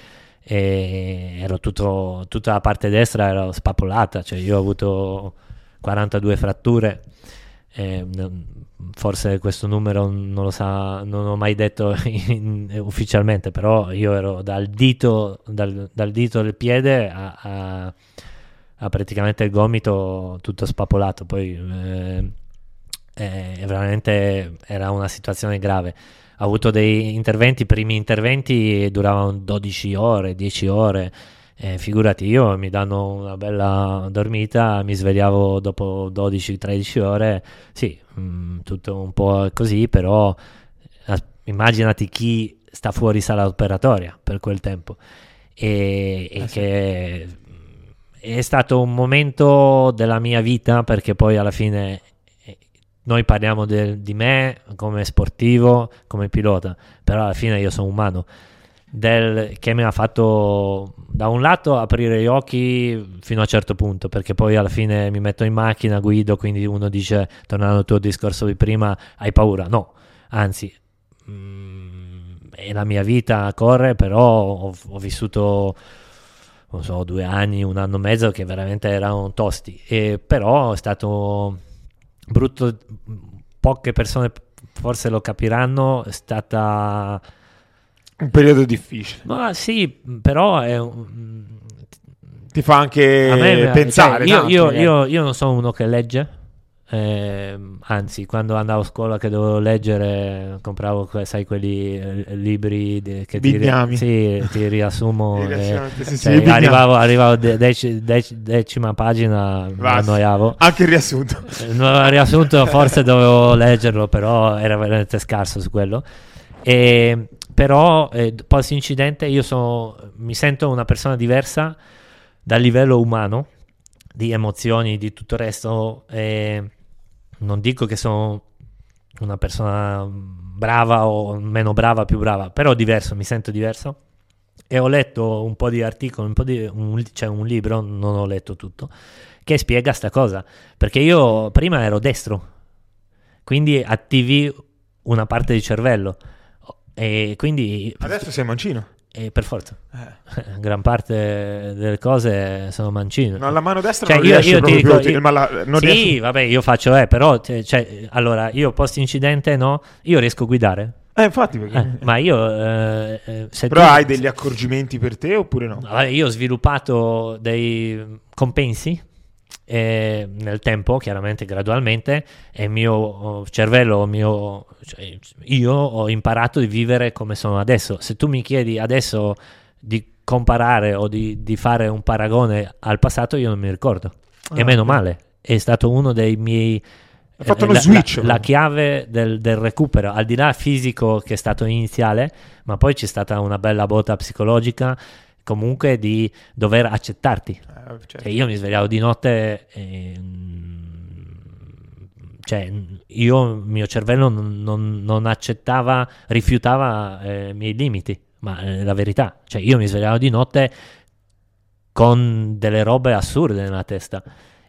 e ero tutto, tutta la parte destra ero spappolata, cioè io ho avuto quarantadue fratture, e, mm, forse questo numero non lo sa, non ho mai detto in- ufficialmente, però io ero dal dito dal, dal dito del piede a, a, a praticamente il gomito tutto spappolato, poi eh, eh, veramente era una situazione grave. Ho avuto dei interventi, i primi interventi duravano dodici ore, dieci ore, eh, figurati, io mi danno una bella dormita, mi svegliavo dopo dodici tredici ore, sì, mh, tutto un po' così, però as- immaginati chi sta fuori sala operatoria per quel tempo e, e Eh sì. che è stato un momento della mia vita, perché poi alla fine eh, noi parliamo del- di me come sportivo, come pilota, però alla fine io sono umano, del, che mi ha fatto da un lato aprire gli occhi fino a un certo punto, perché poi alla fine mi metto in macchina, guido, quindi uno dice, tornando al tuo discorso di prima, hai paura? No, anzi, mm, è la mia vita, corre, però ho, ho vissuto non so, due anni, un anno e mezzo che veramente erano tosti, e però è stato brutto, poche persone forse lo capiranno, è stata Un periodo difficile. Ma sì, però è un... ti fa anche a me, pensare. Cioè, io, tanto, io, io, io non sono uno che legge. Eh, anzi, quando andavo a scuola che dovevo leggere, compravo, sai, quelli eh, libri de- che ti, ri- sì, ti riassumo. eh, sì, cioè, sì, arrivavo, arrivavo de- dec- dec- decima pagina, mi annoiavo. Anche il riassunto. Il riassunto forse dovevo leggerlo, però era veramente scarso su quello. E, però, eh, post incidente, io sono, mi sento una persona diversa dal livello umano, di emozioni, di tutto il resto. E non dico che sono una persona brava o meno brava, più brava, però diverso, mi sento diverso. E ho letto un po' di articoli, un po' di, un, cioè un libro, non ho letto tutto, che spiega sta cosa. Perché io prima ero destro, quindi attivi una parte di cervello. E quindi adesso sei mancino. E per forza, eh. gran parte delle cose sono mancino. No, la mano destra cioè, non io, riesce io proprio ti dico, più, io, ma la, non sì, riesce... vabbè, io faccio, eh, però, cioè, allora, io post incidente, no, io riesco a guidare. Eh, infatti, perché... eh, ma io, eh, se però tu, hai degli accorgimenti per te oppure no? Vabbè, io ho sviluppato dei compensi. E nel tempo, chiaramente gradualmente, e il mio cervello, mio, cioè, io ho imparato di vivere come sono adesso. Se tu mi chiedi adesso di comparare o di, di fare un paragone al passato, io non mi ricordo. Ah, e meno male, è stato uno dei miei... Ha fatto eh, uno la, switch. La, la chiave del, del recupero, al di là fisico che è stato iniziale, ma poi c'è stata una bella botta psicologica, comunque di dover accettarti. Eh, certo. E io mi svegliavo di notte e, cioè io, il mio cervello non, non, non accettava, rifiutava eh, i miei limiti, ma eh, la verità, cioè io mi svegliavo di notte con delle robe assurde nella testa,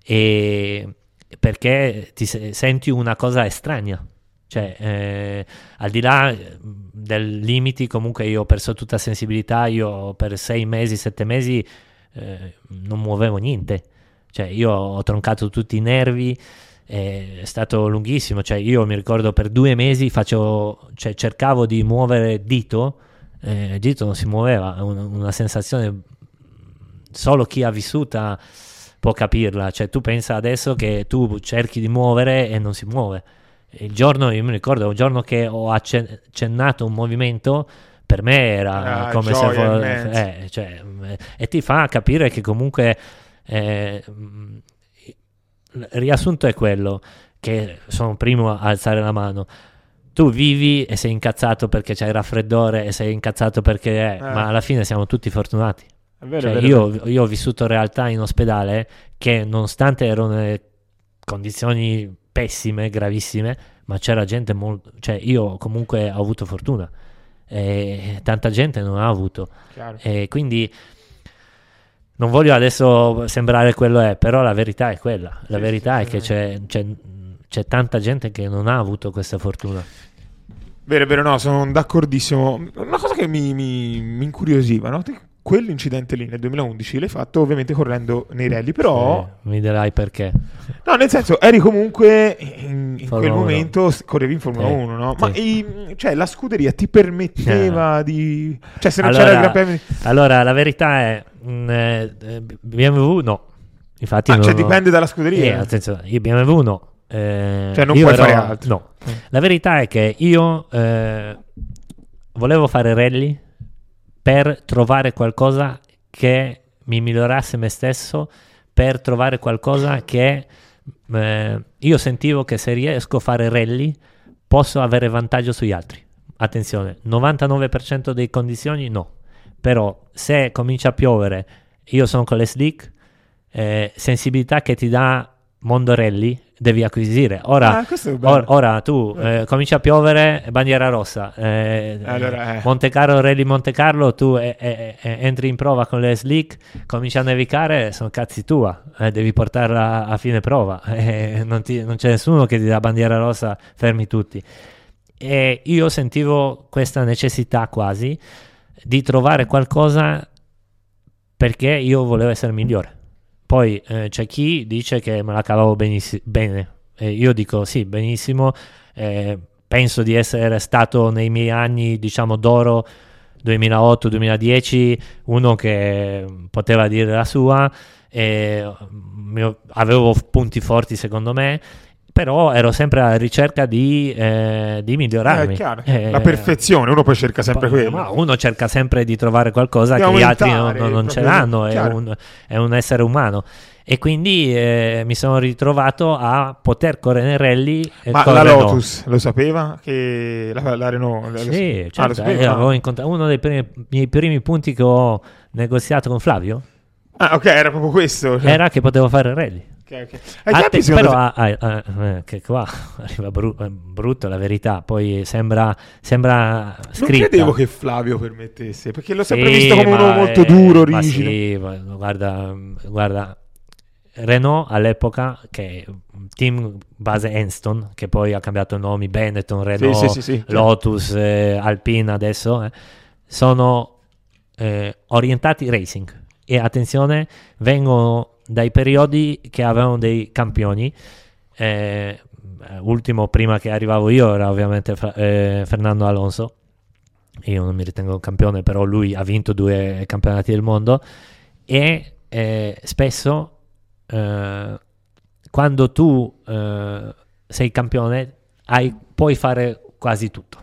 e perché ti se- senti una cosa estranea. Cioè, eh, al di là dei limiti, comunque io ho perso tutta sensibilità. Io per sei mesi, sette mesi eh, non muovevo niente. Cioè, io ho troncato tutti i nervi, eh, è stato lunghissimo. Cioè, io mi ricordo per due mesi faccio, cioè, cercavo di muovere il dito, eh, il dito non si muoveva, una, una sensazione solo chi ha vissuta può capirla. Cioè, tu pensa adesso che tu cerchi di muovere e non si muove. Il giorno, io mi ricordo, un giorno che ho accennato un movimento, per me era ah, come se fosse, eh, cioè, e ti fa capire che comunque eh, il riassunto è quello, che sono primo a alzare la mano. Tu vivi e sei incazzato perché c'hai raffreddore e sei incazzato perché eh, eh. ma alla fine siamo tutti fortunati. È vero, cioè, è vero, io, vero. io ho vissuto realtà in ospedale che, nonostante erano nelle condizioni pessime, gravissime, ma c'era gente molto, cioè io comunque ho avuto fortuna e tanta gente non ha avuto. Chiaro. E quindi non voglio adesso sembrare quello è, però la verità è quella, la sì, verità sì, è sì, che sì. C'è, c'è, c'è tanta gente che non ha avuto questa fortuna. Vero, vero, no, sono d'accordissimo. Una cosa che mi, mi, mi incuriosiva, no? Quell'incidente lì nel duemilaundici l'hai fatto ovviamente correndo nei rally, però sì, mi dirai perché. No, nel senso, eri comunque in, in quel momento uno. Correvi in Formula sì, uno, no? Sì. Ma i, cioè la scuderia ti permetteva eh. di, cioè se non allora, c'era il Gran Premio. Allora la verità è mh, eh, B M W no. Infatti ah, non, cioè dipende dalla scuderia. Eh, attenzione, io B M W no. Eh, cioè non puoi ero, fare altro. No. Mm. La verità è che io eh, volevo fare rally per trovare qualcosa che mi migliorasse me stesso, per trovare qualcosa che eh, io sentivo che se riesco a fare rally posso avere vantaggio sugli altri. Attenzione, novantanove per cento delle condizioni no, però se comincia a piovere, io sono con le slick, eh, sensibilità che ti dà mondo rally devi acquisire. Ora, ah, or, ora tu eh, comincia a piovere, bandiera rossa, eh, allora, eh. Monte Carlo, Rally Monte Carlo, tu eh, eh, eh, entri in prova con le slick, comincia a nevicare, sono cazzi tua, eh, devi portarla a fine prova, eh, non, ti, non c'è nessuno che ti dà bandiera rossa, fermi tutti. E io sentivo questa necessità quasi di trovare qualcosa perché io volevo essere migliore. Poi eh, c'è chi dice che me la cavavo benissi- bene, e io dico sì, benissimo, eh, penso di essere stato nei miei anni, diciamo, d'oro duemilaotto duemiladieci, uno che poteva dire la sua, e mio- avevo punti forti secondo me, però ero sempre alla ricerca di, eh, di migliorarmi. Eh, è chiaro. Eh, La perfezione, uno poi cerca sempre poi- quello. ma uno cerca sempre di trovare qualcosa Di che gli altri non, aumentare non- non il ce proprio- l'hanno, è chiaro. un, è un essere umano. E quindi eh, mi sono ritrovato a poter correre nei rally. e Ma con la Renault. Lotus lo sapeva che la, la Renault? la- Sì, Ah, lo certo, sapeva? eh, avevo incontrato uno dei primi- miei primi punti che ho negoziato con Flavio Ah, ok, era proprio questo. cioè. era che potevo fare il rally. Ok, ok. Ai Ah, tempi, te- secondo però te- ah, ah, ah, eh, che qua arriva bru- eh, brutto la verità, poi sembra, sembra non scritta. credevo che Flavio permettesse, perché l'ho Sì, sempre visto come uno ma, molto eh, duro, ma rigido. sì, ma guarda, guarda, Renault all'epoca, che team base Enston, che poi ha cambiato nomi, Benetton, Renault, sì, sì, sì, certo. Lotus, eh, Alpine adesso, eh, sono eh, orientati racing. E attenzione, vengono dai periodi che avevano dei campioni. Eh, ultimo prima che arrivavo io era ovviamente Fra- eh, Fernando Alonso. Io non mi ritengo un campione, però lui ha vinto due campionati del mondo. E eh, spesso eh, quando tu eh, sei campione hai, puoi fare quasi tutto.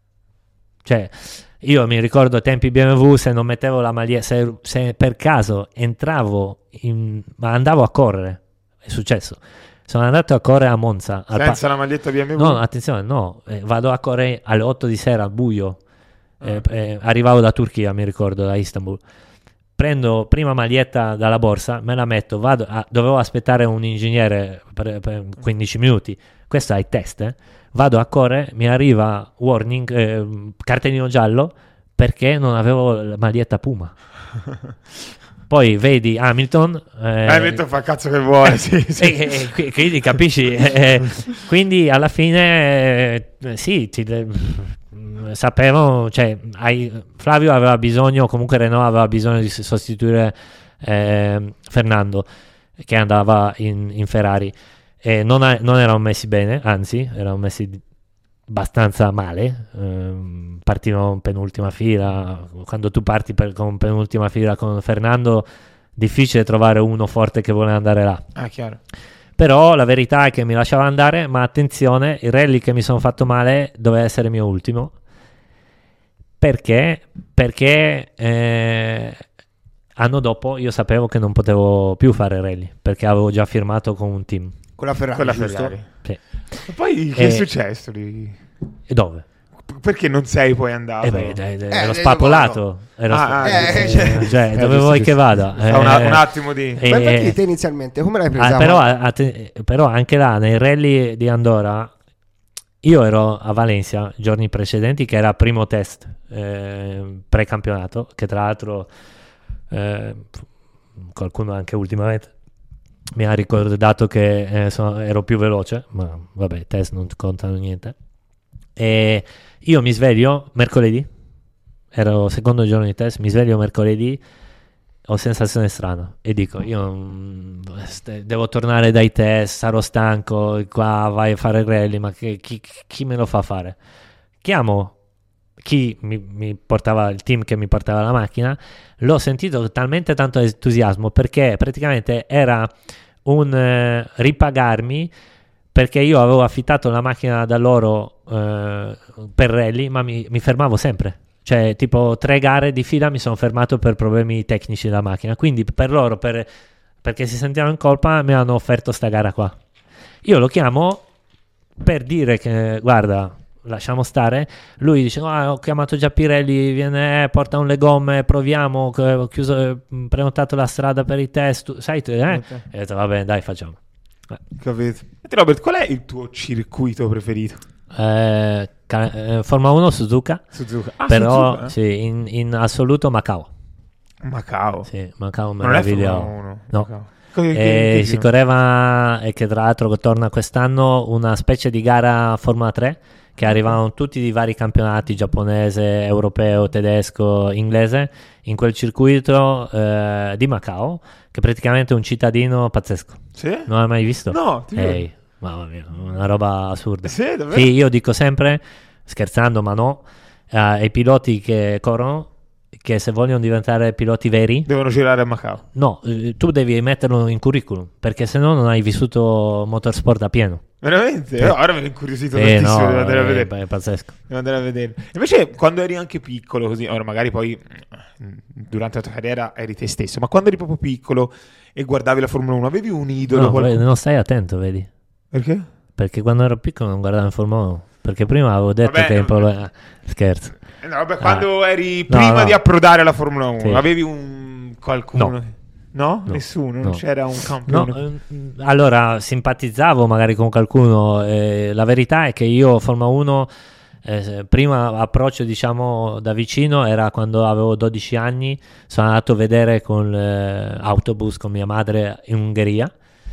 Cioè, io mi ricordo a tempi B M W, se non mettevo la maglietta, se, se per caso entravo, in, ma andavo a correre, è successo. Sono andato a correre a Monza. al Senza pa- la maglietta B M W? No, attenzione, no, eh, vado a correre alle otto di sera al buio. Eh, eh, arrivavo da Turchia, mi ricordo, da Istanbul. Prendo prima maglietta dalla borsa, me la metto, vado a- dovevo aspettare un ingegnere per, per quindici minuti. Questo è il test, eh. Vado a correre, mi arriva warning, eh, cartellino giallo, perché non avevo la maglietta Puma. Poi vedi Hamilton, eh, Eh, metto fa il cazzo che vuole, sì, sì. e, e- e qui- quindi capisci, eh, quindi alla fine eh, sì, ti, le- sapevo, cioè hai- Flavio aveva bisogno, comunque Renault aveva bisogno di sostituire eh, Fernando, che andava in, in Ferrari, e non, ha- non erano messi bene, anzi erano messi abbastanza male. ehm, partivano in penultima fila. Quando tu parti per, con penultima fila con Fernando, difficile trovare uno forte che vuole andare là. Ah, chiaro. Però la verità è che mi lasciava andare, ma attenzione, il rally che mi sono fatto male doveva essere il mio ultimo. Perché? Perché eh, anno dopo io sapevo che non potevo più fare rally, perché avevo già firmato con un team. Con la Ferrari, Con la giusto? Ferrari. Sì. E poi che Eh, è successo? lì? E dove? P- Perché non sei poi andato? Eh beh, dai, dai, Eh, ero eh, spapolato. Ero Ah, spa- ah, eh, eh, cioè- cioè, Eh, dove giusto, vuoi giusto. che vada? Fa una- Eh, un attimo di... eh, Ma infatti te inizialmente come l'hai presa? Ah, però, a- te- però anche là nei rally di Andorra io ero a Valencia i giorni precedenti, che era primo test eh, pre-campionato, che tra l'altro eh, qualcuno anche ultimamente mi ha ricordato che eh, sono- ero più veloce, ma vabbè, i test non contano niente. E io mi sveglio mercoledì, ero secondo giorno di test, mi sveglio mercoledì, ho sensazione strana e dico io mm, st- devo tornare dai test, sarò stanco, qua vai a fare il rally, ma che- chi, chi me lo fa fare? Chiamo chi mi, mi portava, il team che mi portava la macchina, l'ho sentito talmente tanto entusiasmo, perché praticamente era un eh, ripagarmi, perché io avevo affittato la macchina da loro eh, per rally, ma mi, mi fermavo sempre. Cioè, tipo tre gare di fila mi sono fermato per problemi tecnici della macchina. Quindi per loro, per- perché si sentivano in colpa, mi hanno offerto sta gara qua. Io lo chiamo per dire che, guarda, lasciamo stare. Lui dice, ah, ho chiamato già Pirelli, viene, eh, porta un le gomme, proviamo, che ho chiuso, eh, prenotato la strada per i test. Tu- sai, tu, eh? Ok. E ho detto, va bene, dai, facciamo. Eh. Capito. Senti, Robert, qual è il tuo circuito preferito? Eh, ca- eh, Formula uno Suzuka, Suzuka. Ah, però Suzuka, eh? sì, in, in assoluto Macao. Macao. Sì, Macao Ma non è meraviglia. Formula uno. No. Macao. Che- che- E che si giro? correva, e che tra l'altro torna quest'anno, una specie di gara Formula tre, che arrivavano tutti di vari campionati, giapponese, europeo, tedesco, inglese, in quel circuito eh, di Macao, che praticamente è un cittadino pazzesco. Sì? Non l'hai mai visto? No, ti giuro. Ehi, mamma mia, una roba assurda. Sì, davvero? Sì, io dico sempre, scherzando ma no, eh, ai piloti che corrono, che se vogliono diventare piloti veri devono girare a Macao. No, eh, tu devi metterlo in curriculum, perché se no non hai vissuto motorsport a pieno. Veramente? Sì. No, ora me ne incuriosito Eh, tantissimo, no, devo andare a è, vedere. è pazzesco. Devo andare a vedere. Invece quando eri anche piccolo così, ora magari poi durante la tua carriera eri te stesso, ma quando eri proprio piccolo e guardavi la Formula uno, avevi un idolo? No, qualcuno? non stai attento, vedi? Perché? Perché quando ero piccolo non guardavo in Formula uno. Perché prima avevo detto Vabbè, che no, in problema... Scherzo. Eh, no, vabbè, quando Ah. eri No, prima no. di approdare alla Formula uno, Sì. avevi un qualcuno? No. No? No. Nessuno? Non No. c'era un No, campione? ehm, allora simpatizzavo magari con qualcuno. Eh, la verità è che io Formula uno, eh, prima approccio diciamo da vicino era quando avevo dodici anni. Sono andato a vedere con l'autobus con mia madre in Ungheria.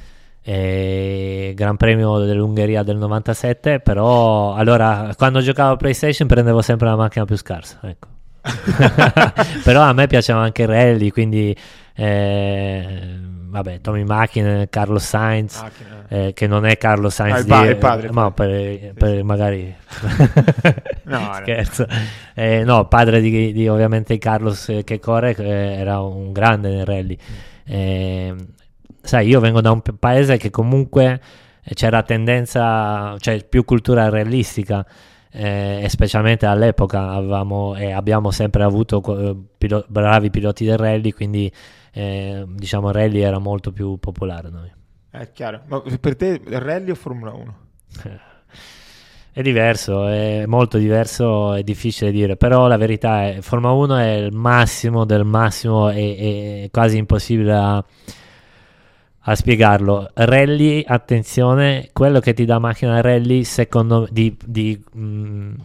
E Gran Premio dell'Ungheria del novantasette, però allora quando giocavo a PlayStation prendevo sempre la macchina più scarsa, ecco. Però a me piaceva anche il rally, quindi eh, vabbè, Tommy Machin, Carlos Sainz, Macchina. eh, che non è Carlos Sainz Ah, il di, pa- il padre, ma il per, per magari No, no. scherzo. Eh, no, padre di, di ovviamente Carlos eh, che corre, eh, era un grande nel rally. Eh, sai, io vengo da un p- paese che comunque c'era tendenza, cioè più cultura realistica, eh, e specialmente all'epoca avevamo e abbiamo sempre avuto eh, pilo- bravi piloti del rally, quindi eh, diciamo il rally era molto più popolare da noi. È chiaro. Ma per te rally o Formula uno? È diverso, è molto diverso, è difficile dire, però la verità è Formula uno è il massimo del massimo, è, è quasi impossibile a a spiegarlo. Rally, attenzione, quello che ti dà macchina rally secondo me di, di, mh,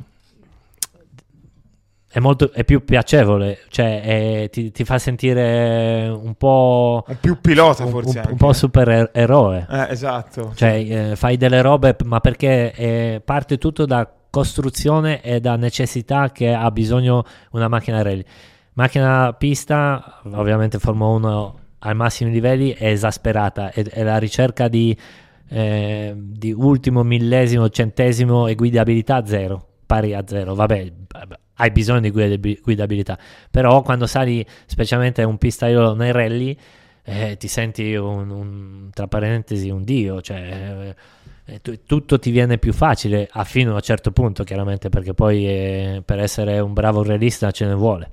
è molto è più piacevole, cioè è, ti, ti fa sentire un po' Un più pilota un, forse un, anche. un po' super eroe, Eh, esatto. cioè eh, fai delle robe ma perché eh, parte tutto da costruzione e da necessità che ha bisogno una macchina rally. Macchina pista, ovviamente Formula uno ai massimi livelli è esasperata, è, è la ricerca di, eh, di ultimo millesimo centesimo e guidabilità zero, pari a zero. Vabbè, hai bisogno di guid- guidabilità, però quando sali specialmente un pistaiolo nei rally eh, ti senti un, un, tra parentesi un dio, cioè eh, t- tutto ti viene più facile a fino a un certo punto, chiaramente, perché poi eh, per essere un bravo realista ce ne vuole.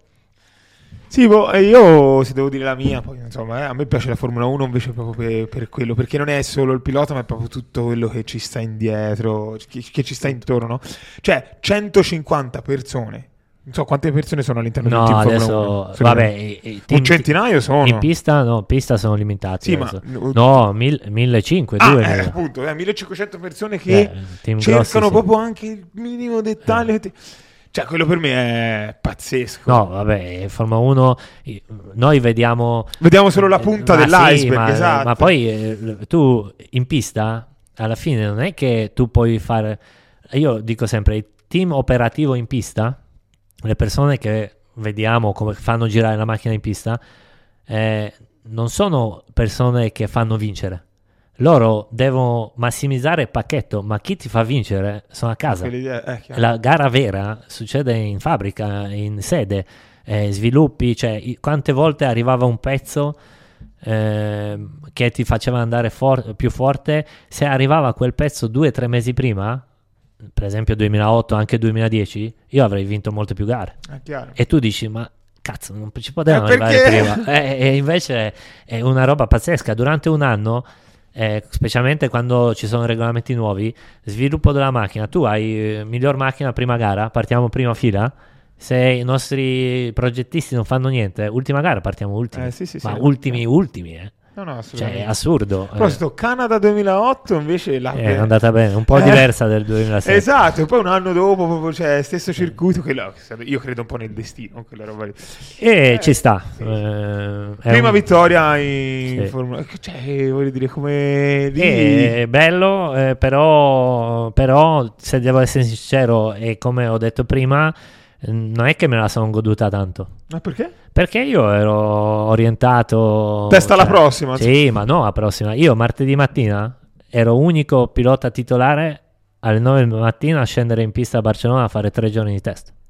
Sì, boh, e io se devo dire la mia, poi insomma, eh, a me piace la Formula uno invece proprio per, per quello, perché non è solo il pilota, ma è proprio tutto quello che ci sta indietro, che, che ci sta intorno, no? Cioè, centocinquanta persone, non so quante persone sono all'interno No, di un team adesso, Formula uno. vabbè, i- i team- un centinaio sono. in pista no, pista sono limitati. Sì, ma adesso. no, mil- millecinquecento, Ah, duemila. eh, appunto, eh, millecinquecento persone che Eh, team cercano grossi, sì. proprio anche il minimo dettaglio. che ti- Cioè, quello per me è pazzesco. No, vabbè, Formula uno i- noi vediamo Vediamo solo la punta ma dell'iceberg, sì, ma, esatto. ma poi eh, tu in pista alla fine non è che tu puoi fare, io dico sempre il team operativo in pista, le persone che vediamo come fanno girare la macchina in pista eh, non sono persone che fanno vincere, loro devono massimizzare il pacchetto, ma chi ti fa vincere sono a casa. Quell'idea- eh, chiaro. La gara vera succede in fabbrica, in sede, eh, sviluppi, cioè i- quante volte arrivava un pezzo eh, che ti faceva andare for- più forte, se arrivava quel pezzo due o tre mesi prima, per esempio duemilaotto, anche duemiladieci, io avrei vinto molte più gare. È chiaro. E tu dici, ma cazzo, non ci potevano Eh, arrivare perché? prima. Eh, e invece è una roba pazzesca. Durante un anno, eh, specialmente quando ci sono regolamenti nuovi, sviluppo della macchina, tu hai eh, miglior macchina prima gara, partiamo prima fila. Se i nostri progettisti non fanno niente, ultima gara partiamo ultimi. Eh, sì, sì, sì, ma no, ultimi, chiaro. ultimi, eh. No, no, Cioè, assolutamente. è assurdo. A proposito, Canada duemilaotto invece la... Eh, è andata bene, un po' Eh, diversa del duemilasei. Esatto, e poi un anno dopo, proprio, cioè, stesso circuito, che là, io credo un po' nel destino, quella roba lì. E Eh, ci sta. sì. Eh, è Prima un- vittoria in Sì. Formula... Cioè, voglio dire, come... lì- È bello, eh, però, però se devo essere sincero, e come ho detto prima, eh, non è che me la sono goduta tanto. Ma perché? Perché io ero orientato... Testa alla prossima. Sì, ma no, la prossima. Io martedì mattina ero unico pilota titolare alle nove del mattino a scendere in pista a Barcellona a fare tre giorni di test.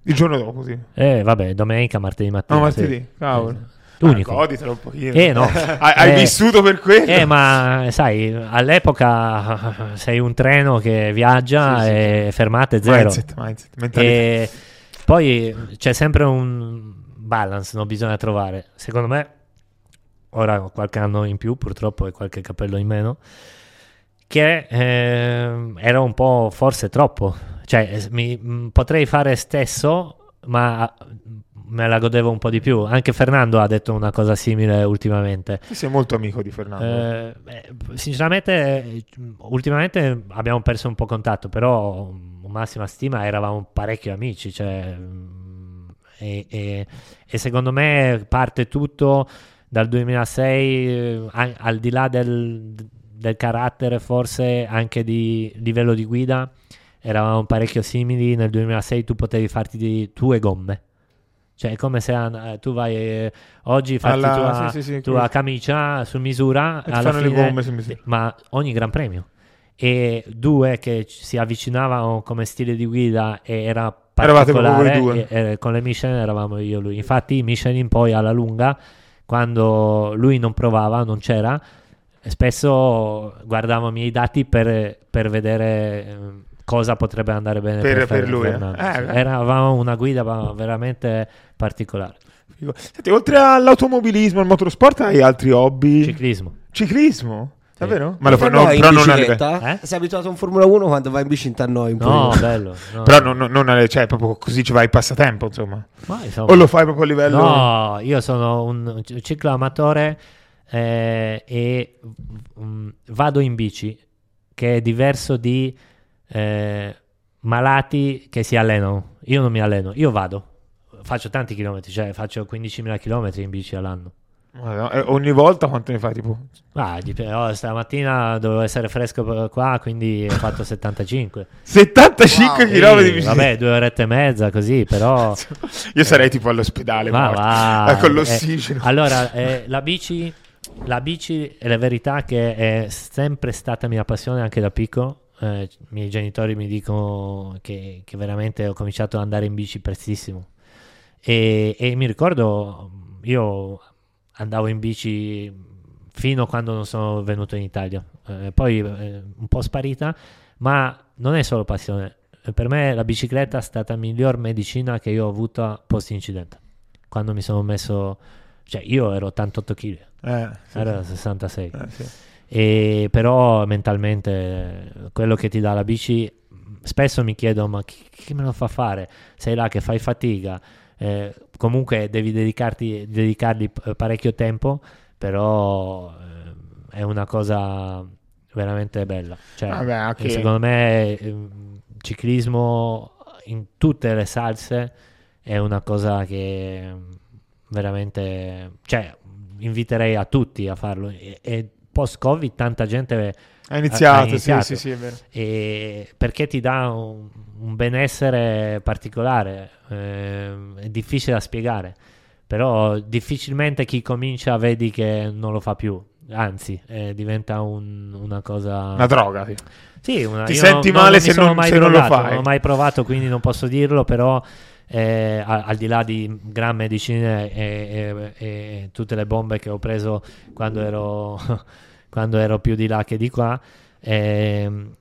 Il giorno dopo, sì. Eh, vabbè, domenica, martedì mattina. No, martedì, sì. cavolo. Eh, l'unico. Ah, goditelo un pochino. Eh, no. hai hai Eh, vissuto per quello? Eh, ma sai, all'epoca sei un treno che viaggia Sì, sì. e fermate zero. Mindset, mindset, mentalità. E poi c'è sempre un balance, no? Bisogna trovare. Secondo me, ora ho qualche anno in più, purtroppo, e qualche capello in meno, che eh, era un po' forse troppo. Cioè, mi, m, potrei fare stesso, ma me la godevo un po' di più. Anche Fernando ha detto una cosa simile ultimamente. Tu sei molto amico di Fernando. Eh, beh, sinceramente, eh, ultimamente abbiamo perso un po' contatto, però massima stima, eravamo parecchio amici, cioè, mm, e, e, e secondo me parte tutto dal duemilasei, eh, a- al di là del, del carattere, forse anche di livello di guida, eravamo parecchio simili. Nel duemilasei tu potevi farti di tue gomme. Cioè è come se eh, tu vai eh, oggi farti Alla- tua, sì, sì, sì, tua che- camicia su misura, E ti alla fanno le fine- gomme su misura. ma ogni gran premio. E due che ci- si avvicinavano come stile di guida e era Eravate proprio particolare, voi due. e- e con le Michelin eravamo io e lui. Infatti Michelin poi alla lunga, quando lui non provava, non c'era, spesso guardavo i miei dati per, per vedere eh, cosa potrebbe andare bene Per- per, per Fer- lui, eh. Fernando. Eh, Sì. beh. Eravamo una guida ma veramente particolare. Figo. Senti, oltre all'automobilismo, al motorsport, hai altri hobby? Ciclismo. Ciclismo? Sì. Davvero? Ma lo fa, Tannoi no, in però non a bicicletta? livello. Eh? Sei abituato a un Formula uno quando vai in bici in Tannoi un po'. No, bello. no. Però non, non, non alle- cioè, proprio così ci vai passatempo, insomma. Ma, insomma, O lo fai proprio a livello... No, io sono un c- ciclo amatore eh, e mm, vado in bici, che è diverso di eh, malati che si allenano. Io non mi alleno, io vado, faccio tanti chilometri, cioè faccio quindicimila chilometri in bici all'anno. Madonna, e ogni volta quanto ne fai, tipo? Ah, dip- oh, stamattina dovevo essere fresco per qua, quindi ho fatto settantacinque. settantacinque Wow. km di Sì, bicicletta. vabbè, due orette e mezza così, però... Io sarei tipo all'ospedale, Ma morto. va, Eh, con eh, l'ossigeno. allora, eh, la bici, la bici è la verità che è sempre stata mia passione anche da piccolo. Eh, I miei genitori mi dicono che, che veramente ho cominciato ad andare in bici prestissimo. E, e mi ricordo, io andavo in bici fino a quando non sono venuto in Italia. Eh, poi eh, un po' sparita, ma non è solo passione. Eh, Per me la bicicletta è stata la miglior medicina che io ho avuto post incidente. Quando mi sono messo, cioè io ero ottantotto chili, Eh, sì, ero sì. sessantasei. Eh, sì. E però mentalmente eh, quello che ti dà la bici, spesso mi chiedo ma chi, chi me lo fa fare? Sei là che fai fatica, eh, comunque devi dedicarti, dedicargli p- parecchio tempo, però eh, è una cosa veramente bella. Cioè, Vabbè, anche- eh, secondo me eh, ciclismo in tutte le salse è una cosa che mm, veramente, cioè, inviterei a tutti a farlo. E, e post Covid tanta gente Ha iniziato, ha iniziato. sì, sì, sì, è vero. e perché ti dà un, un benessere particolare, ehm, è difficile da spiegare, però difficilmente chi comincia vedi che non lo fa più, anzi eh, diventa un- una cosa... Una droga, sì. Sì, una- Ti io senti non- male non mi se sono non- mai se non lo drogato, fai. Non ho mai provato, quindi non posso dirlo, però eh, al, al di là di gran medicine e, e- e tutte le bombe che ho preso quando ero, quando ero più di là che di qua, ehm,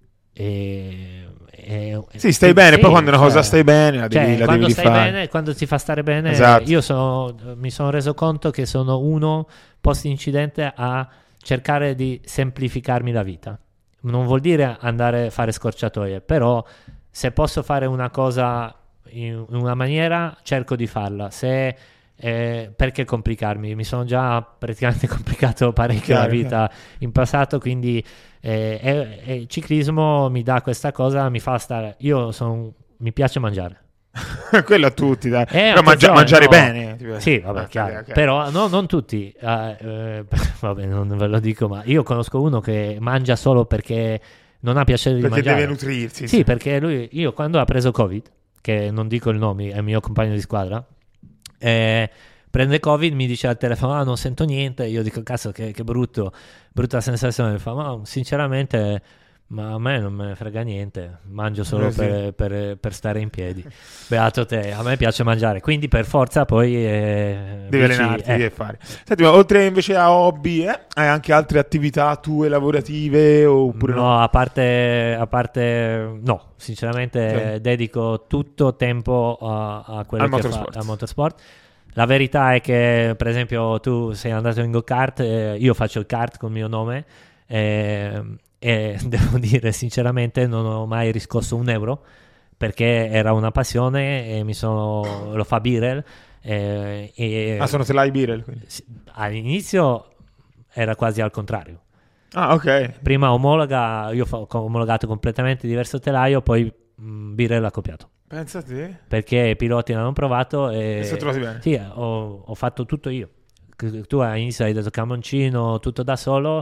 e- e- Sì, stai sì, bene, sì, poi quando una cosa cioè- stai bene la devi, cioè, la quando devi stai rifare. bene, quando si fa stare bene, Esatto. io sono, mi sono reso conto che sono uno post incidente a cercare di semplificarmi la vita. Non vuol dire andare a fare scorciatoie, però se posso fare una cosa in una maniera, cerco di farla. Se eh, perché complicarmi? Mi sono già praticamente complicato parecchio Chiaro, la vita in passato, quindi eh, e- e il ciclismo mi dà questa cosa, mi fa stare. Io sono, mi piace mangiare. Quello a tutti, dai. Eh, Però mangia- attenzione, mangiare no. bene. tipo- Sì, vabbè, Ah, chiaro. ok, ok. Però no, non tutti. Eh, eh, vabbè, non ve lo dico, ma io conosco uno che mangia solo perché non ha piacere di Perché mangiare. deve nutrirsi. Sì, perché lui, io quando ha preso Covid, che non dico il nome, è il mio compagno di squadra, eh, prende Covid, mi dice al telefono, ah, non sento niente. Io dico, cazzo, che, che brutto, brutta sensazione. Fa, ma sinceramente Ma a me non me ne frega niente, mangio solo Eh sì. per, per- per stare in piedi. Beato te, a me piace mangiare, quindi per forza poi eh, Devi dici, allenarti, eh, devi fare. Senti, ma oltre invece a hobby, eh, hai anche altre attività tue lavorative oppure no? no, a parte, a parte no, sinceramente Sì. dedico tutto tempo a, a quello Al che motorsport. fa al motorsport. La verità è che, per esempio, tu sei andato in go-kart, eh, io faccio il kart con il mio nome, eh, e devo dire sinceramente non ho mai riscosso un euro perché era una passione e mi sono lo fa Birel, eh, e Ah, sono telai Birel, quindi. sì, all'inizio era quasi al contrario. Ah, ok. Prima omologa, io ho omologato completamente diverso telaio, poi mh, Birel ha copiato Pensa a te. perché i piloti l'hanno provato e E sono trovati bene. sì, ho, ho fatto tutto io. C- Tu all'inizio hai detto Camoncino, tutto da solo.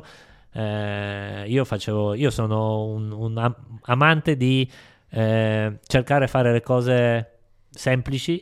eh, io facevo, io sono un, un am- amante di eh, cercare di fare le cose semplici.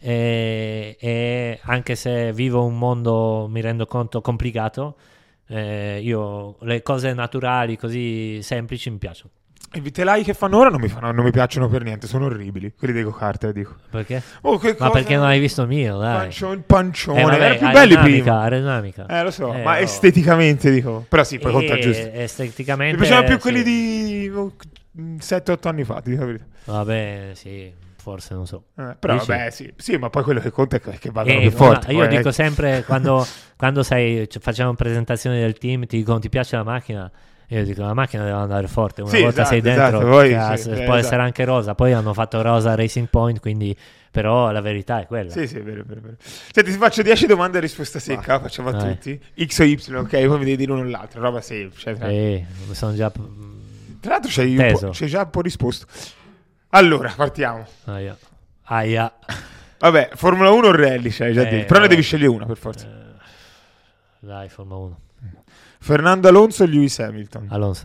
E, e anche se vivo un mondo, mi rendo conto, complicato, eh, io le cose naturali, così semplici, mi piacciono. I telai che fanno ora non mi, fanno, non mi piacciono per niente, sono orribili. Quelli dei go-kart, eh, dico. Perché? Oh, che Ma cosa- perché non hai visto il mio, dai? Pancione, pancione. Eh, vabbè, erano più belli aerodinamica, prima. aerodinamica. Eh, lo so, Eh, ma oh. esteticamente dico. Però sì, poi conta E giusto. Mi esteticamente piacevano più sì. quelli di sette otto anni fa, ti dico la verità. Vabbè, sì, forse non so. Eh, però Dici? vabbè, sì. Sì, ma poi quello che conta è che vadano Eh, più forti. ma io poi, dico eh. sempre quando, quando sai, cioè, facciamo presentazioni del team, ti dicono ti piace la macchina. Io dico la macchina deve andare forte, una Sì, volta esatto, sei dentro, esatto, poi cazzo, sì, può eh, essere esatto. anche rosa, poi hanno fatto rosa Racing Point, quindi però la verità è quella. Sì, sì, è vero, è vero, è vero. Senti, ti faccio dieci domande a risposta secca, facciamo a Vai. tutti. X o Y, ok? Poi mi devi dire uno o l'altro, roba semplice. Tra, Eh, sono già tra l'altro c'hai, un teso. po', c'hai già un po' risposto. Allora, partiamo. Aia. Aia. Vabbè, Formula uno o Rally, c'hai già Eh, detto. Però ne vabbè. devi scegliere una, per forza. Eh, dai, Formula uno. Fernando Alonso o Lewis Hamilton? Alonso.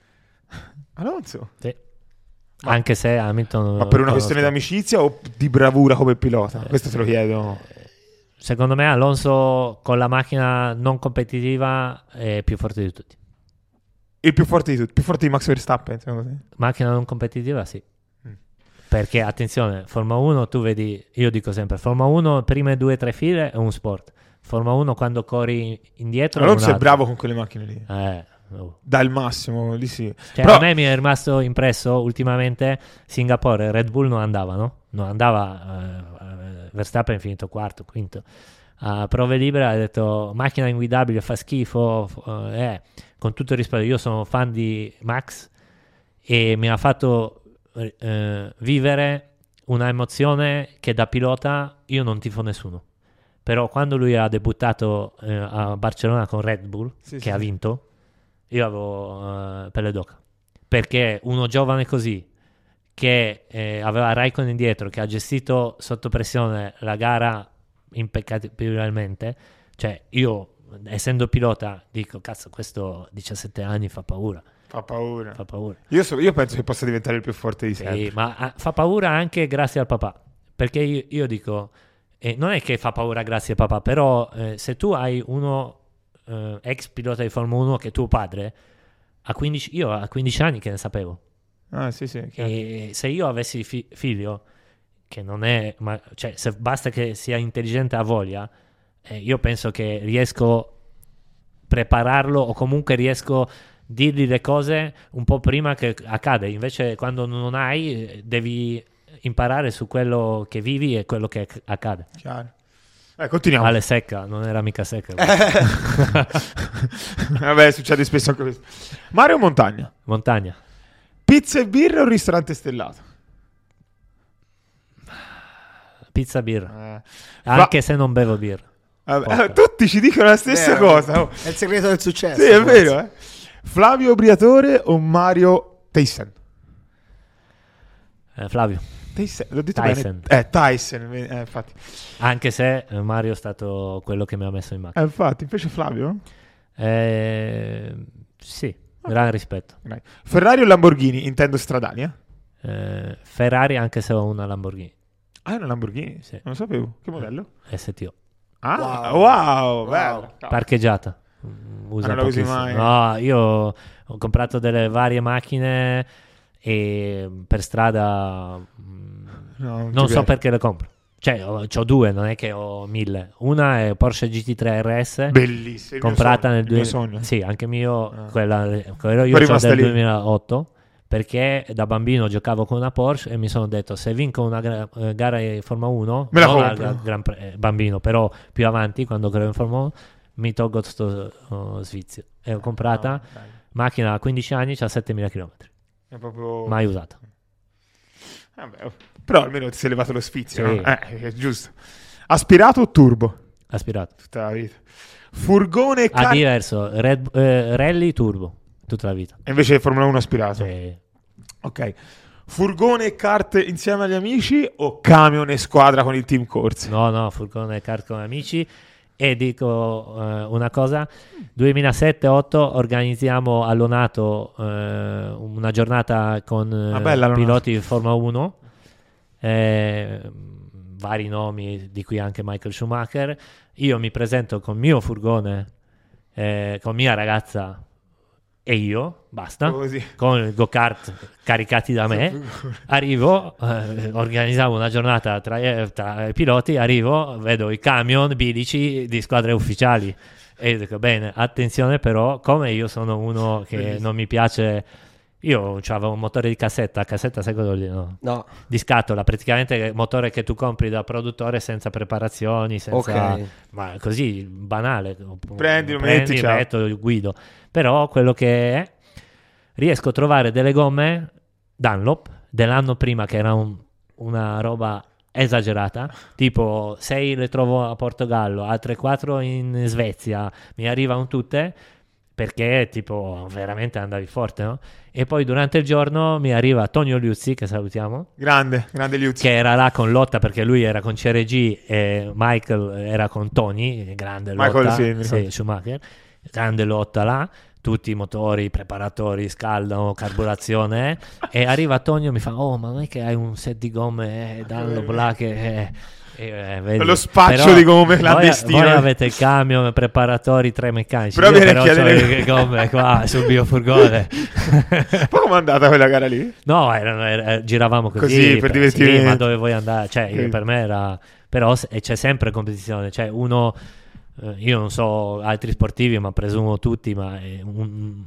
Alonso? Sì. Ma- Anche se Hamilton Ma per una conosco. questione d'amicizia o di bravura come pilota? Questo te lo chiedo. Secondo me Alonso con la macchina non competitiva è più forte di tutti. Il più forte di tutti, più forte di Max Verstappen, secondo te? Macchina non competitiva, sì. Mm. Perché attenzione, Formula uno tu vedi, io dico sempre, Formula uno prime due o tre file è un sport. Formula uno quando corri indietro Alonso è un è altro. bravo con quelle macchine lì. Eh, oh. Dà il massimo, lì sì. Cioè, Però- a me mi è rimasto impresso ultimamente Singapore, Red Bull non andava, no? Non andava, eh, Verstappen è finito quarto, quinto. A prove libere ha detto macchina inguidabile, fa schifo, f- eh. Con tutto il rispetto, io sono fan di Max e mi ha fatto eh, vivere una emozione che da pilota io non tifo nessuno. Però quando lui ha debuttato eh, a Barcellona con Red Bull, Sì, che sì, ha sì. vinto, io avevo eh, pelle d'oca. Perché uno giovane così, che eh, aveva Raikkonen indietro, che ha gestito sotto pressione la gara impeccabilmente, cioè io, essendo pilota, dico, cazzo, questo diciassette anni fa paura, Fa paura. fa paura. Io, so- io penso che possa diventare il più forte di Sì, sempre. ma ah, fa paura anche grazie al papà, perché io, io dico, eh, non è che fa paura grazie al papà, però eh, se tu hai uno eh, ex pilota di Formula uno che è tuo padre, a quindici, io a quindici anni che ne sapevo, Ah, sì, sì. chiaro. e se io avessi fi- figlio, che non è, ma, cioè se basta che sia intelligente a voglia, eh, io penso che riesco a prepararlo o comunque riesco a dirgli le cose un po' prima che accade. Invece quando non hai eh, devi imparare su quello che vivi e quello che accade. Chiaro. Eh, continuiamo. Ale secca, non era mica secca. Vabbè, succede spesso anche questo. Mare o montagna? Montagna. Pizza e birra o ristorante stellato? Pizza birra. Eh. Anche se non bevo birra. Vabbè, Poca. eh, tutti ci dicono la stessa Vero. cosa. oh. È il segreto del successo. Sì, è forse. vero, eh. Flavio Briatore o Mario Tyson? Eh, Flavio. Tyson, l'ho detto Tyson. bene. Eh, Tyson, eh, infatti. Anche se eh, Mario è stato quello che mi ha messo in macchina. Eh, infatti, invece Flavio? Eh, sì, gran rispetto. Dai. Ferrari o Lamborghini? Intendo stradali, eh? Eh, Ferrari anche se ho una Lamborghini Ah, è una Lamborghini? Sì. Non lo sapevo. Che modello? S T O Ah, Wow. wow, Wow. bello. parcheggiata. usa non la usi pochissimo. mai? No, io ho comprato delle varie macchine e per strada mh, No, non non ti so piace. perché le compro. Cioè, ho, c'ho due, non è che ho mille. Una è Porsche G T tre R S, Bellissimo. il mio comprata sogno, nel il mio due- sogno. Sì, anche mio, Ah. quella, quello io Poi c'ho rimasta del lì. duemilaotto, perché da bambino giocavo con una Porsche e mi sono detto se vinco una gra- eh, gara di Formula uno, Me la non compro. al Gran Pre- eh, bambino, però più avanti quando credo in Formula uno, mi tolgo sto oh, svizio. E ho comprata, No, dai. macchina a quindici anni, c'ha settemila chilometri, È proprio... mai usata. Vabbè, oh. Però almeno ti sei levato lo sfizio, Sì. no? Eh, è giusto. Aspirato o turbo? Aspirato. Tutta la vita. Furgone e A car- diverso, Red, eh, rally turbo, tutta la vita. E invece Formula uno aspirato. Sì. Ok. Furgone e kart insieme agli amici o camion e squadra con il team corse? No, no, furgone e kart con amici. E dico eh, una cosa, duemilasette otto organizziamo a Lonato eh, una giornata con eh, Ah, bella Lonato. piloti di Formula uno, eh, vari nomi, di cui anche Michael Schumacher. Io mi presento con mio furgone, eh, con mia ragazza e io, basta, Così. con il go-kart caricati da me. Arrivo, eh, organizziamo una giornata tra, eh, tra i piloti, arrivo, vedo i camion bilici di squadre ufficiali e dico bene, attenzione però, come io sono uno che Bellissimo. non mi piace, io avevo un motore di cassetta, cassetta sai cosa vuol dire? No? No, Di scatola, praticamente motore che tu compri da produttore senza preparazioni, senza... ok. ma così, banale. Prendi, lo metti, ciao. metto, guido. Però quello che è, riesco a trovare delle gomme Dunlop dell'anno prima che era un- una roba esagerata, tipo sei le trovo a Portogallo, altre quattro in Svezia, mi arrivano tutte perché tipo veramente andavi forte, no? E poi durante il giorno mi arriva Tonio Liuzzi, che salutiamo, Grande, grande Liuzzi. che era là con Lotta perché lui era con C R G e Michael era con Tony, grande Michael, Lotta, sì, mi ricordo. sì, Schumacher, grande Lotta là, tutti i motori, preparatori, scaldano, carburazione, eh, e arriva Tonio e mi fa, oh ma non è che hai un set di gomme eh, Dunlop là che... eh, eh, vedi. Lo spaccio Però di gomme voi- clandestino. Voi, avete il camion, preparatori, tre meccanici. Però Io viene a però chiedere- c'ho le gomme qua sul mio furgone. Poi com'è andata quella gara lì? No, erano- era- giravamo così, Così, per divertimento. sì, ma dove vuoi andare? Cioè, io- Sì. per me era... Però se- e c'è sempre competizione. Cioè, uno... eh, io non so altri sportivi, ma presumo tutti, ma è un-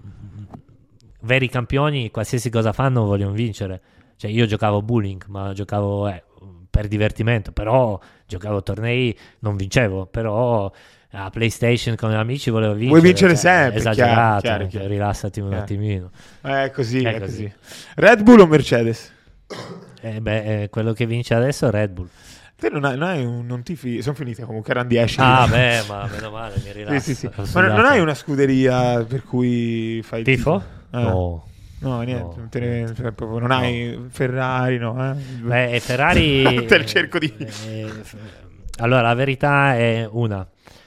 veri campioni, qualsiasi cosa fanno, vogliono vincere. Cioè, io giocavo bowling, ma giocavo eh, per divertimento, però giocavo tornei, non vincevo, però... A PlayStation con gli amici volevo vincere. Vuoi vincere cioè, sempre, esagerato, chiaro, chiaro, cioè, chiaro. rilassati un Chiaro. attimino. È così, È è così. così. Red Bull o Mercedes? Eh, beh, eh, quello che vince adesso è Red Bull. Te non hai, non hai un... Non tifi... Sono finite comunque, erano dieci. Ah, beh, ma meno male, mi rilasso. Sì, sì, sì. Ho Ma non- sudato. non hai una scuderia per cui fai il tifo? Eh. No. No, niente, No. non, te ne- cioè, proprio non hai Ferrari, no? Eh? Beh, e Ferrari... Te il cerco di... eh, f- allora, la verità è una.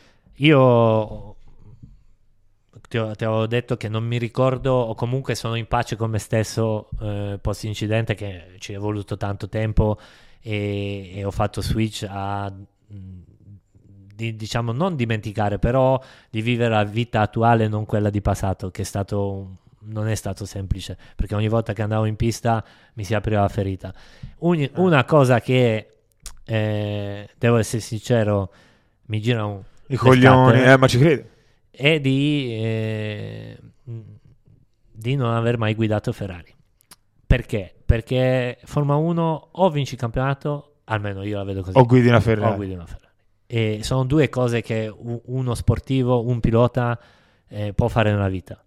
Io ti ho, ti ho detto che non mi ricordo, o comunque sono in pace con me stesso eh, post incidente, che ci è voluto tanto tempo e, e ho fatto switch a mh, di, diciamo non dimenticare, però di vivere la vita attuale, non quella di passato, che è stato non è stato semplice, perché ogni volta che andavo in pista mi si apriva la ferita. Uni- una cosa che eh, devo essere sincero, mi gira un I coglioni, scatole, eh, ma ci credo. è di, eh, di non aver mai guidato Ferrari. Perché? Perché Formula uno o vinci il campionato, almeno io la vedo così, O guidi una Ferrari. o guidi una Ferrari. E sono due cose che u- uno sportivo, un pilota eh, può fare nella vita.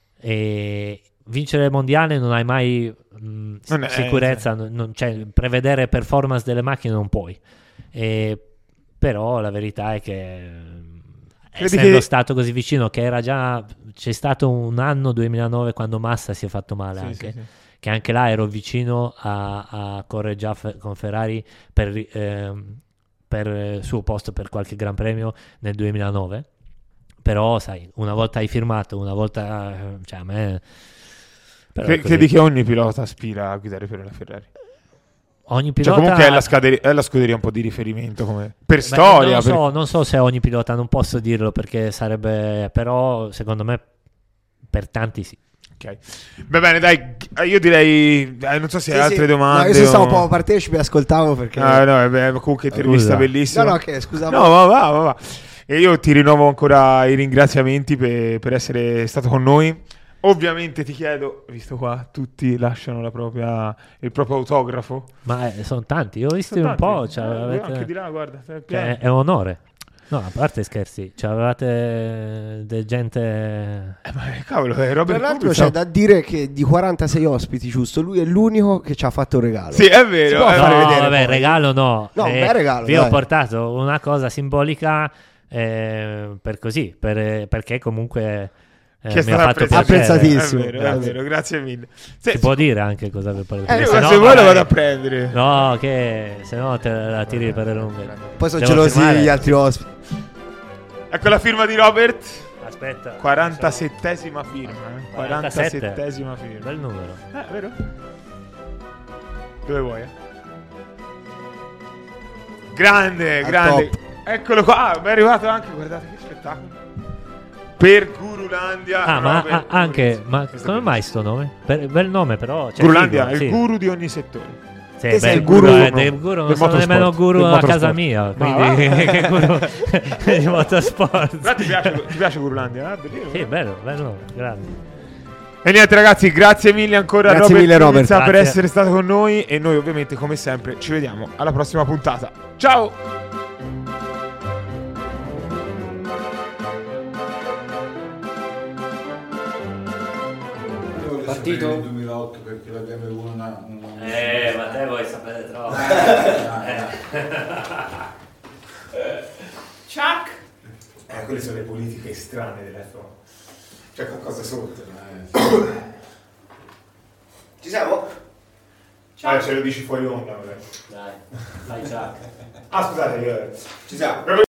E vincere il mondiale non hai mai mh, Non è- sicurezza, non, non- cioè, prevedere performance delle macchine non puoi. E, però la verità è che Credi essendo che- stato così vicino, che era già c'è stato un anno duemilanove quando Massa si è fatto male, Sì, anche sì, sì. che anche là ero vicino a, a correre già fe- con Ferrari per, ehm, per il suo posto per qualche gran premio nel duemilanove. Però sai, una volta hai firmato, una volta eh, cioè a me però è Cre- così. credi che ogni pilota aspira a guidare per la Ferrari? Ogni Cioè, pilota... comunque è la, scaderia, è la scuderia un po' di riferimento come per Beh, storia. non, so, per... non so se ogni pilota, non posso dirlo perché sarebbe... Però secondo me per tanti sì. Ok, va bene, dai, io direi, eh, non so se Sì, hai sì. altre domande. No, io sono stato o- un po' partecipe e ascoltavo perché... Ah, no, eh, beh, comunque intervista Scusa. bellissima. No, no, che scusa. No, va, va, va, va. E io ti rinnovo ancora i ringraziamenti per, per essere stato con noi. Ovviamente ti chiedo, visto qua, tutti lasciano la propria, il proprio autografo. Ma eh, sono tanti, io ho visto Sono un tanti. po', cioè, Eh, avete- anche di là, guarda, è cioè, pieno. è, è un onore. No, a parte scherzi, cioè, avevate de gente... Eh, ma eh, cavolo, è Tra Robert l'altro Kubica. c'è da dire che di quarantasei ospiti, giusto, lui è l'unico che ci ha fatto un regalo. Sì, è Si vero. può è fare No, vero. vedere vabbè, poi. regalo no. No, un Eh, bel regalo, Vi ho dai. portato una cosa simbolica eh, per così, per- perché comunque eh, Che è mi ha stata fatto apprezzata. piacere. Apprezzatissimo. È vero, è Grazie. vero, grazie mille. Si Se, può dire anche cosa per Eh, perché io, se no se vuoi lo magari- vado a prendere. No, che se no te la tiri per le lunghe. Poi sono Devo gelosi firmare? gli altri ospiti. Ecco la firma di Robert. Aspetta. quarantasettesima firma. eh. quarantasette. quarantasettesima firma. Bel numero. Eh, vero? Dove vuoi? Eh? Grande, Al grande. top. Eccolo qua. Ah, mi è arrivato anche, guardate che spettacolo. Per Gurulandia. Ah, ma Robert ah, anche, Gurulandia. ma Questo è come mai sto nome? Per- bel nome però. Cioè, Gurulandia è figo, il sì. guru di ogni settore. Sì, Te beh, sei il il guru, guru, eh, no, del guru non del sono motorsport, nemmeno guru del a motorsport. casa mia, Ma quindi va. che guru di motorsport. Però ti piace, ti piace Gurulandia? Eh? Bellino, Sì, eh? bello, bello, grande. E niente ragazzi, grazie mille ancora Grazie a Robert mille, Robert. Kubica per Grazie. essere stato con noi e noi ovviamente come sempre ci vediamo alla prossima puntata. Ciao! Partito? Nel duemilaotto perché la B M W una, una... Eh, ma te vuoi sapere troppo. Chuck! Eh, quelle sono le politiche strane dell'F uno. C'è qualcosa sotto. Eh, Ci siamo? Ah, ce lo dici fuori onda, vabbè. Dai, vai Chuck. Ah, scusate, io... Ci siamo.